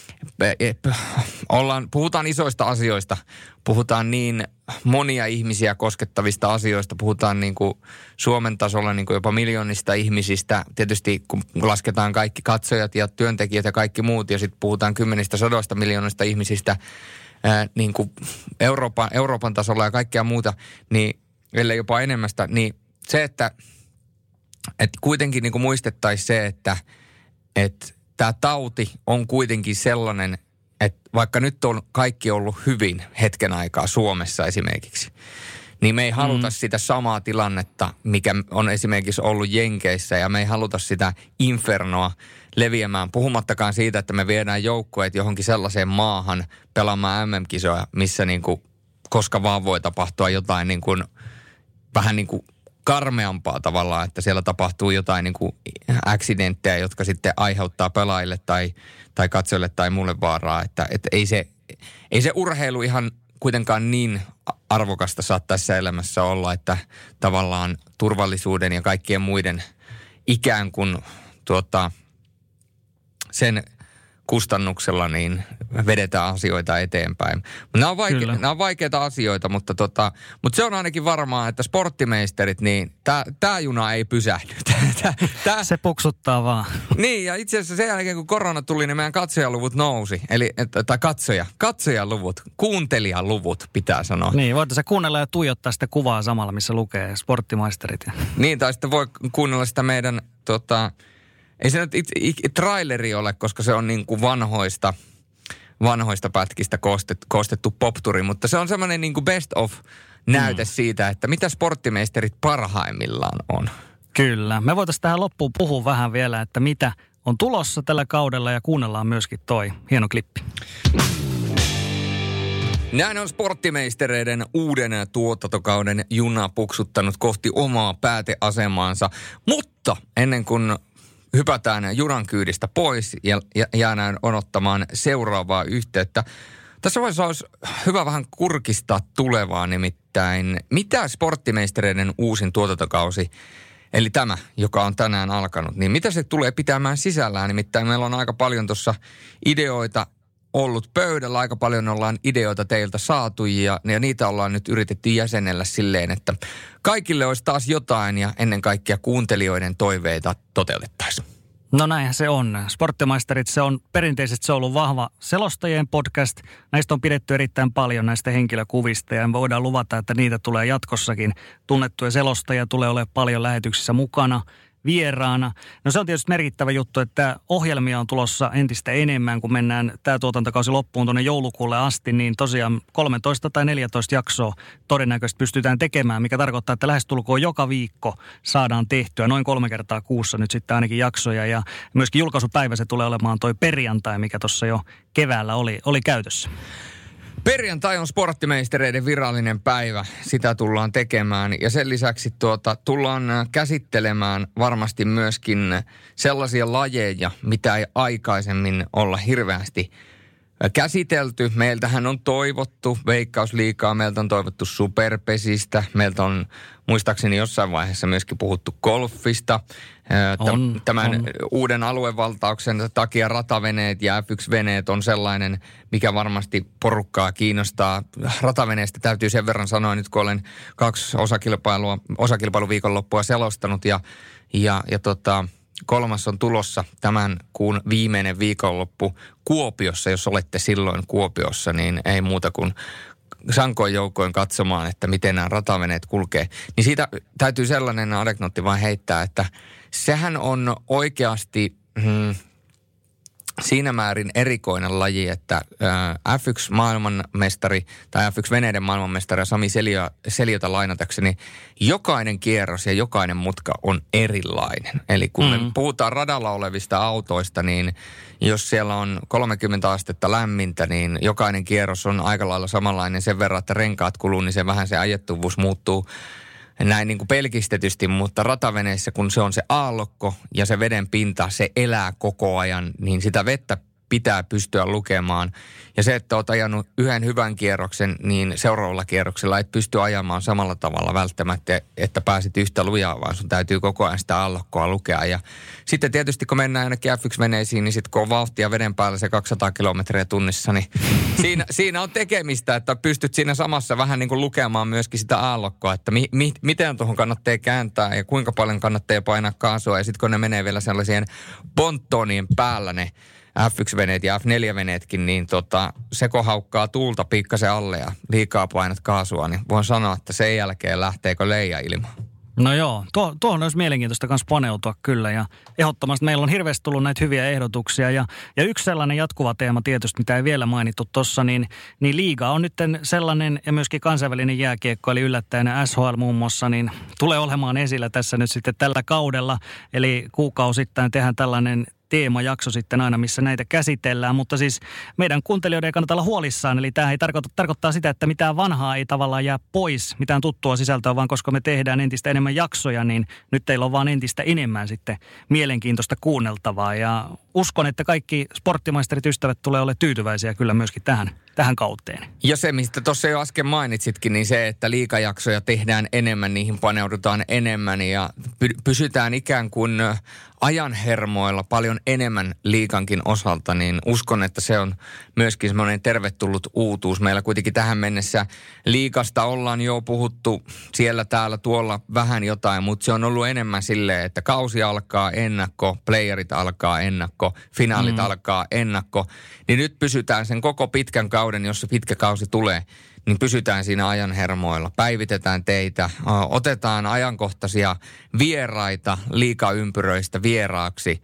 ollaan, puhutaan isoista asioista, puhutaan niin monia ihmisiä koskettavista asioista, puhutaan niin kuin Suomen tasolla niin kuin jopa miljoonista ihmisistä. Tietysti kun lasketaan kaikki katsojat ja työntekijät ja kaikki muut ja sitten puhutaan kymmenistä sadoista miljoonista ihmisistä ää, niin kuin Euroopan, Euroopan tasolla ja kaikkea muuta, niin ellei jopa enemmästä, niin se, että, että kuitenkin niin kuin muistettaisiin se, että, että tämä tauti on kuitenkin sellainen, että vaikka nyt on kaikki ollut hyvin hetken aikaa Suomessa esimerkiksi, niin me ei haluta mm. sitä samaa tilannetta, mikä on esimerkiksi ollut Jenkeissä, ja me ei haluta sitä infernoa leviämään, puhumattakaan siitä, että me viedään joukkueet johonkin sellaiseen maahan pelaamaan M M-kisoja, missä niin kuin, koska vaan voi tapahtua jotain niin kuin, vähän niin kuin karmeampaa tavallaan, että siellä tapahtuu jotain niin kuin accidenttejä, jotka sitten aiheuttaa pelaajille tai, tai katsojille tai mulle vaaraa. Että, että ei, se, ei se urheilu ihan kuitenkaan niin arvokasta saa tässä elämässä olla, että tavallaan turvallisuuden ja kaikkien muiden ikään kuin tuota, sen kustannuksella niin vedetään asioita eteenpäin. Nämä on, vaike- nämä on vaikeita asioita, mutta, tota, mutta se on ainakin varmaa, että sporttimeisterit, niin tämä juna ei pysähdy. Tää, tää, se puksuttaa vaan. Niin, ja itse asiassa sen jälkeen, kun korona tuli, niin meidän katsojaluvut nousi. Eli, tai katsoja, katsojaluvut, kuuntelijaluvut pitää sanoa. Niin, voitaisiin kuunnella ja tuijottaa sitä kuvaa samalla, missä lukee sporttimaisterit. Niin, tai sitten voi kuunnella sitä meidän tota, ei se nyt it, it, it, traileri ole, koska se on niin kuin vanhoista, vanhoista pätkistä koostettu, koostettu popturi, mutta se on semmoinen niin kuin best of näyte mm. siitä, että mitä sporttimeisterit parhaimmillaan on. Kyllä. Me voitaisiin tähän loppuun puhua vähän vielä, että mitä on tulossa tällä kaudella ja kuunnellaan myöskin toi hieno klippi. Näin on sporttimeistereiden uuden tuotantokauden juna puksuttanut kohti omaa pääteasemaansa, mutta ennen kuin hypätään junan kyydistä pois ja jäädään odottamaan seuraavaa yhteyttä. Tässä vaiheessa olisi hyvä vähän kurkistaa tulevaa, nimittäin mitä sporttimeistereiden uusin tuotantokausi, eli tämä, joka on tänään alkanut, niin mitä se tulee pitämään sisällään? Nimittäin meillä on aika paljon tuossa ideoita ollut pöydällä, aika paljon ollaan ideoita teiltä saatu ja, ja niitä ollaan nyt yritetty jäsenellä silleen, että kaikille olisi taas jotain ja ennen kaikkea kuuntelijoiden toiveita toteutettaisiin. No näinhän se on. Sporttimaisterit, se on perinteisesti se on ollut vahva selostajien podcast. Näistä on pidetty erittäin paljon näistä henkilökuvista ja me voidaan luvata, että niitä tulee jatkossakin. Tunnettuja selostajia tulee olemaan paljon lähetyksissä mukana vieraana. No se on tietysti merkittävä juttu, että ohjelmia on tulossa entistä enemmän, kun mennään tämä tuotantokausi loppuun tuonne joulukuulle asti, niin tosiaan kolmetoista tai neljätoista jaksoa todennäköisesti pystytään tekemään, mikä tarkoittaa, että lähestulkoon joka viikko saadaan tehtyä noin kolme kertaa kuussa nyt sitten ainakin jaksoja ja myöskin julkaisupäivä se tulee olemaan toi perjantai, mikä tuossa jo keväällä oli, oli käytössä. Perjantai on sporttimeistereiden virallinen päivä. Sitä tullaan tekemään ja sen lisäksi tuota, tullaan käsittelemään varmasti myöskin sellaisia lajeja, mitä ei aikaisemmin olla hirveästi käsitelty. Meiltähän on toivottu Veikkausliigaa, meiltä on toivottu Superpesistä, meiltä on muistaakseni jossain vaiheessa myöskin puhuttu golfista. On, Tämän on. uuden aluevaltauksen takia rataveneet ja F yksi -veneet on sellainen, mikä varmasti porukkaa kiinnostaa. Rataveneestä täytyy sen verran sanoa, nyt kun olen kaksi osakilpailua, osakilpailuviikonloppua selostanut ja, ja, ja tota, kolmas on tulossa tämän kuun viimeinen viikonloppu Kuopiossa. Jos olette silloin Kuopiossa, niin ei muuta kuin sankoin joukoin katsomaan, että miten nämä rataveneet kulkee. Niin siitä täytyy sellainen anekdootti vain heittää, että sehän on oikeasti hmm, siinä määrin erikoinen laji, että ää, F yksi -maailmanmestari tai F yksi -veneiden maailmanmestari Sami Selio, Seliota lainatakseni, jokainen kierros ja jokainen mutka on erilainen. Eli kun mm-hmm. me puhutaan radalla olevista autoista, niin jos siellä on kolmekymmentä astetta lämmintä, niin jokainen kierros on aika lailla samanlainen sen verran, että renkaat kuluu, niin se vähän se ajettuvuus muuttuu näin niin kuin pelkistetysti, mutta rataveneissä, kun se on se aallokko ja se veden pinta, se elää koko ajan, niin sitä vettä pitää pystyä lukemaan. Ja se, että olet ajanut yhden hyvän kierroksen, niin seuraavalla kierroksella et pysty ajamaan samalla tavalla välttämättä, että pääsit yhtä lujaa, vaan sun täytyy koko ajan sitä aallokkoa lukea. Ja sitten tietysti, kun mennään ainakin F yksi -veneisiin, niin sitten kun on vauhtia veden päällä se kaksisataa kilometriä tunnissa, niin siinä, siinä on tekemistä, että pystyt siinä samassa vähän niin kuin lukemaan myöskin sitä aallokkoa, että mi, mi, miten tuohon kannattaa kääntää ja kuinka paljon kannattaa painaa kaasua. Ja sitten kun ne menee vielä sellaisien ponttonien päällä ne F yksi -veneet ja F neljä -veneetkin, niin tota, se kun haukkaa tuulta pikkasen alle ja liikaa painat kaasua, niin voin sanoa, että sen jälkeen lähteekö leija ilmaan. No joo, tuo, tuohon olisi mielenkiintoista myös paneutua kyllä ja ehdottomasti meillä on hirveästi tullut näitä hyviä ehdotuksia ja, ja yksi sellainen jatkuva teema tietysti, mitä ei vielä mainittu tuossa, niin, niin liiga on nyt sellainen ja myöskin kansainvälinen jääkiekko, eli yllättäen S H L muun muassa, niin tulee olemaan esillä tässä nyt sitten tällä kaudella, eli kuukausittain tehdään tällainen teemajakso sitten aina, missä näitä käsitellään, mutta siis meidän kuuntelijoiden ei kannata olla huolissaan, eli tämä ei tarkoita, tarkoittaa sitä, että mitään vanhaa ei tavallaan jää pois, mitään tuttua sisältöä, vaan koska me tehdään entistä enemmän jaksoja, niin nyt teillä on vaan entistä enemmän sitten mielenkiintoista kuunneltavaa ja uskon, että kaikki sporttimaisterit ystävät tulee olemaan tyytyväisiä kyllä myöskin tähän, tähän kauteen. Ja se, mistä tuossa jo äsken mainitsitkin, niin se, että liigajaksoja tehdään enemmän, niihin paneudutaan enemmän ja pysytään ikään kuin ajan hermoilla paljon enemmän liigankin osalta, niin uskon, että se on myöskin semmoinen tervetullut uutuus. Meillä kuitenkin tähän mennessä liigasta ollaan jo puhuttu siellä täällä tuolla vähän jotain, mutta se on ollut enemmän silleen, että kausi alkaa ennakko, playerit alkaa ennakko, finaalit mm. alkaa ennakko, niin nyt pysytään sen koko pitkän kauden, jos se pitkä kausi tulee, niin pysytään siinä ajan hermoilla. Päivitetään teitä, otetaan ajankohtaisia vieraita liigaympyröistä vieraaksi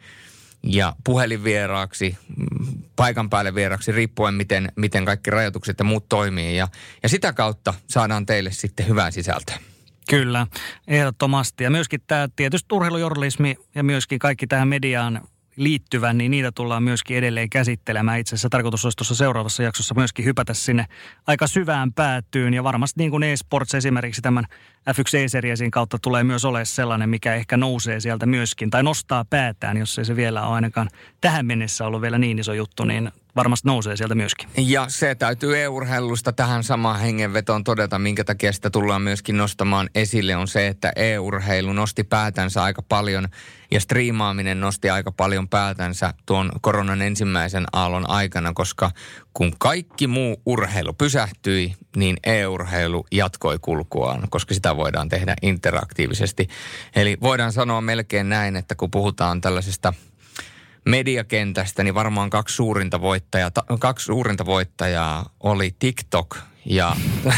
ja puhelinvieraaksi, paikan päälle vieraaksi, riippuen miten, miten kaikki rajoitukset ja muut toimii. Ja, ja sitä kautta saadaan teille sitten hyvää sisältöä. Kyllä, ehdottomasti. Ja myöskin tämä tietysti urheilujournalismi ja myöskin kaikki tähän mediaan liittyvän, niin niitä tullaan myöskin edelleen käsittelemään. Itse asiassa tarkoitus olisi tuossa seuraavassa jaksossa myöskin hypätä sinne aika syvään päätyyn. Ja varmasti niin kuin eSports esimerkiksi tämän F yksi E-seriesin kautta tulee myös olemaan sellainen, mikä ehkä nousee sieltä myöskin. Tai nostaa päätään, jos ei se vielä ole ainakaan tähän mennessä ollut vielä niin iso juttu, niin varmasti nousee sieltä myöskin. Ja se täytyy e-urheilusta tähän samaan hengenvetoon todeta, minkä takia sitä tullaan myöskin nostamaan esille, on se, että e-urheilu nosti päätänsä aika paljon ja striimaaminen nosti aika paljon päätänsä tuon koronan ensimmäisen aallon aikana, koska kun kaikki muu urheilu pysähtyi, niin e-urheilu jatkoi kulkuaan, koska sitä voidaan tehdä interaktiivisesti. Eli voidaan sanoa melkein näin, että kun puhutaan tällaisesta mediakentästä, niin varmaan kaksi suurinta voittajaa, ta, kaksi suurinta voittajaa oli TikTok ja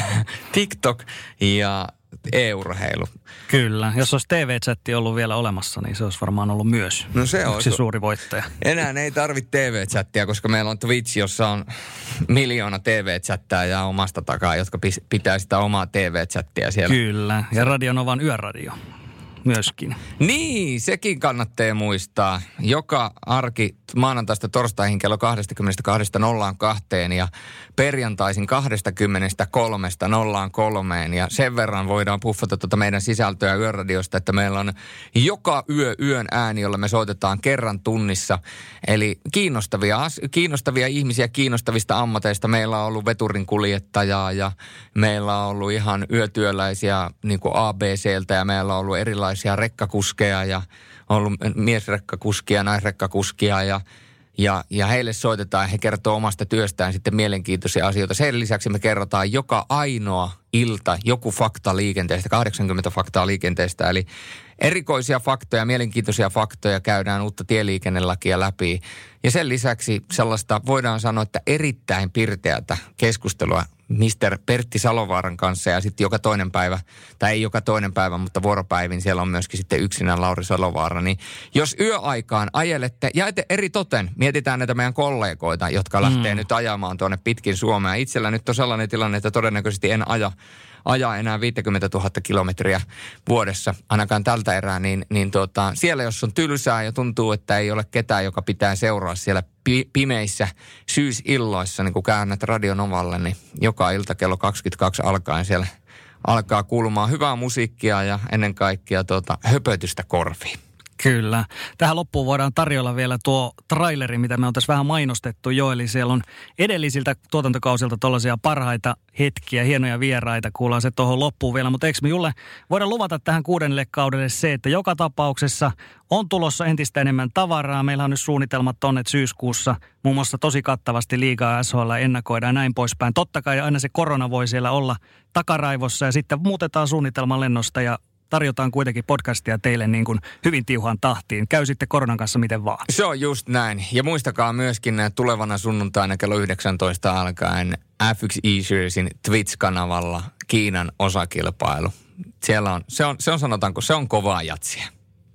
TikTok ja e-urheilu. Kyllä. Jos olisi T V-chatti ollut vielä olemassa, niin se olisi varmaan ollut myös no se yksi olisi suuri voittaja. Enää ei tarvitse T V-chattia, koska meillä on Twitch, jossa on miljoona T V-chattia omasta takaa, jotka pitää sitä omaa T V-chattia siellä. Kyllä. Ja Radio Novan yöradio myöskin. Niin, sekin kannattaa muistaa. Joka arki maanantaista torstaihin kello kaksikymmentäkaksi nolla kaksi ja perjantaisin kaksikymmentäkolme nolla kolme. Ja sen verran voidaan puffata tuota meidän sisältöä yöradiosta, että meillä on joka yö yön ääni, jolla me soitetaan kerran tunnissa. Eli kiinnostavia, kiinnostavia ihmisiä kiinnostavista ammateista. Meillä on ollut veturinkuljettajaa ja meillä on ollut ihan yötyöläisiä niin kuin A B C:ltä ja meillä on ollut erilaisia rekkakuskeja ja on ollut miesrekkakuskia, naisrekkakuskia ja, ja, ja heille soitetaan ja he kertoo omasta työstään sitten mielenkiintoisia asioita. Sen lisäksi me kerrotaan joka ainoa ilta joku fakta liikenteestä, kahdeksankymmentä faktaa liikenteestä. Eli erikoisia faktoja, mielenkiintoisia faktoja käydään uutta tieliikennelakia läpi. Ja sen lisäksi sellaista voidaan sanoa, että erittäin pirteätä keskustelua mister Pertti Salovaaran kanssa ja sitten joka toinen päivä, tai ei joka toinen päivä, mutta vuoropäivin siellä on myöskin sitten yksinään Lauri Salovaara. Niin jos yöaikaan ajelette, ja eri toten mietitään näitä meidän kollegoita, jotka lähtee mm. nyt ajamaan tuonne pitkin Suomea. Itsellä nyt on sellainen tilanne, että todennäköisesti en aja, ajaa enää viisikymmentätuhatta kilometriä vuodessa, ainakaan tältä erää, niin, niin tota, siellä jos on tylsää ja tuntuu, että ei ole ketään, joka pitää seuraa siellä pi- pimeissä syysilloissa, niin kun käännät Radio Novalle, niin joka ilta kello kaksikymmentäkaksi alkaen siellä alkaa kuulumaan hyvää musiikkia ja ennen kaikkea tota, höpötystä korviin. Kyllä. Tähän loppuun voidaan tarjolla vielä tuo traileri, mitä me on tässä vähän mainostettu jo. Eli siellä on edellisiltä tuotantokausilta tuollaisia parhaita hetkiä, hienoja vieraita. Kuullaan se tuohon loppuun vielä. Mutta eikö me Julle voida luvata tähän kuudennelle kaudelle se, että joka tapauksessa on tulossa entistä enemmän tavaraa. Meillä on nyt suunnitelmat on, että syyskuussa muun muassa tosi kattavasti liigaa S H L ennakoidaan ja näin poispäin. Totta kai aina se korona voi siellä olla takaraivossa ja sitten muutetaan suunnitelman lennosta ja tarjotaan kuitenkin podcastia teille niin kuin hyvin tiuhaan tahtiin. Käy sitten koronan kanssa miten vaan. Se on just näin. Ja muistakaa myöskin tulevana sunnuntaina kello yhdeksäntoista alkaen F yksi eSeriesin Twitch-kanavalla Kiinan osakilpailu. Siellä on, se on, se on sanotaanko, se on kovaa jatsia.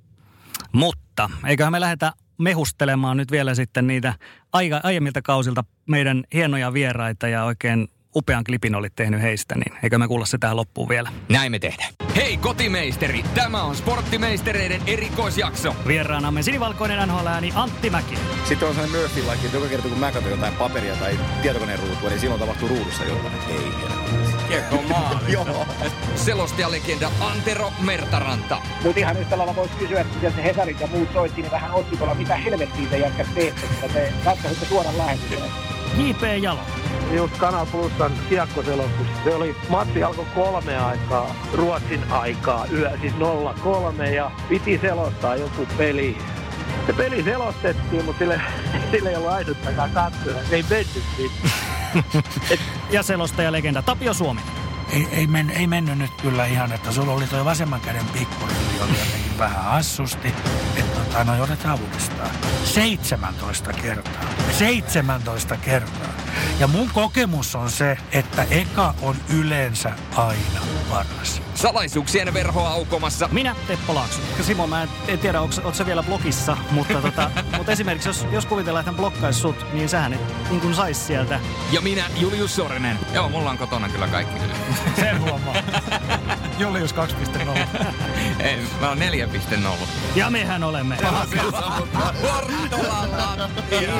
Mutta eiköhän me lähdetä mehustelemaan nyt vielä sitten niitä aika, aiemmilta kausilta meidän hienoja vieraita ja oikein upean klipin olit tehnyt heistä, niin eikö me kuulla se tähän loppuun vielä? Näin me tehdään. Hei kotimeisteri, tämä on Sporttimeistereiden erikoisjakso. Vieraanamme sinivalkoinen N H L-ääni Antti Mäkinen. Sitten on sellainen Murphy-laki, että joka kerta kun mä katson jotain paperia tai tietokoneen ruutua, niin silloin tapahtuu ruudussa jotain. Ei Kiekko maali. Joo. Selostajalegenda Antero Mertaranta. Mutta ihan yhtä lailla voisi kysyä, että se Hesarit ja muut soitti niin vähän otsikolla, mitä helvettiä te jätkät teette, että te katsoitte suoran lähetyksen. J P Jalo. Just Kanal Plusan kiekkoselostus. Se oli, matsi alkoi kolme aikaa, Ruotsin aikaa, yö siis nolla kolme ja piti selostaa joku peli. Se peli selostettiin, mutta sille, sille ei ollut ainuttakaan katsoja. Se ei mennyt mitään. Ja selostajalegenda Tapio Suomi. Ei, ei, men, ei mennyt nyt kyllä ihan, että sulla oli toi vasemman käden pikkurilli, oli jotenkin vähän hassusti. Että tota, no otetaan uudestaan. seitsemäntoista kertaa. seitsemäntoista kertaa. Ja mun kokemus on se, että eka on yleensä aina paras. Salaisuuksien verhoa aukomassa. Minä, Teppo Laakso. Simo, mä en, en tiedä, onko sä vielä blogissa, mutta, tota, mutta esimerkiksi jos, jos kuvitellaan, että hän blokkaisi sut, niin sähän et niin kuin sais sieltä. Ja minä, Julius Sorinen. Joo, mulla on kotona kyllä kaikki hyvin. Sen huomaa. Julius kaksi piste nolla. Ei, mä oon neljä piste nolla. Ja mehän olemme. Hortolalla.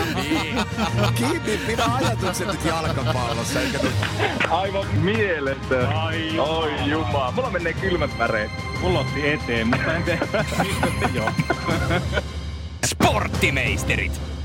Kiinni pidä ajatukset nyt jalkapallossa. Eikä te... Aivan mieletön. Ai, Oi jumala. Mulla menee kylmät väreet. Mulla otti eteen, mutta en tiedä. Joo. Sporttimeisterit.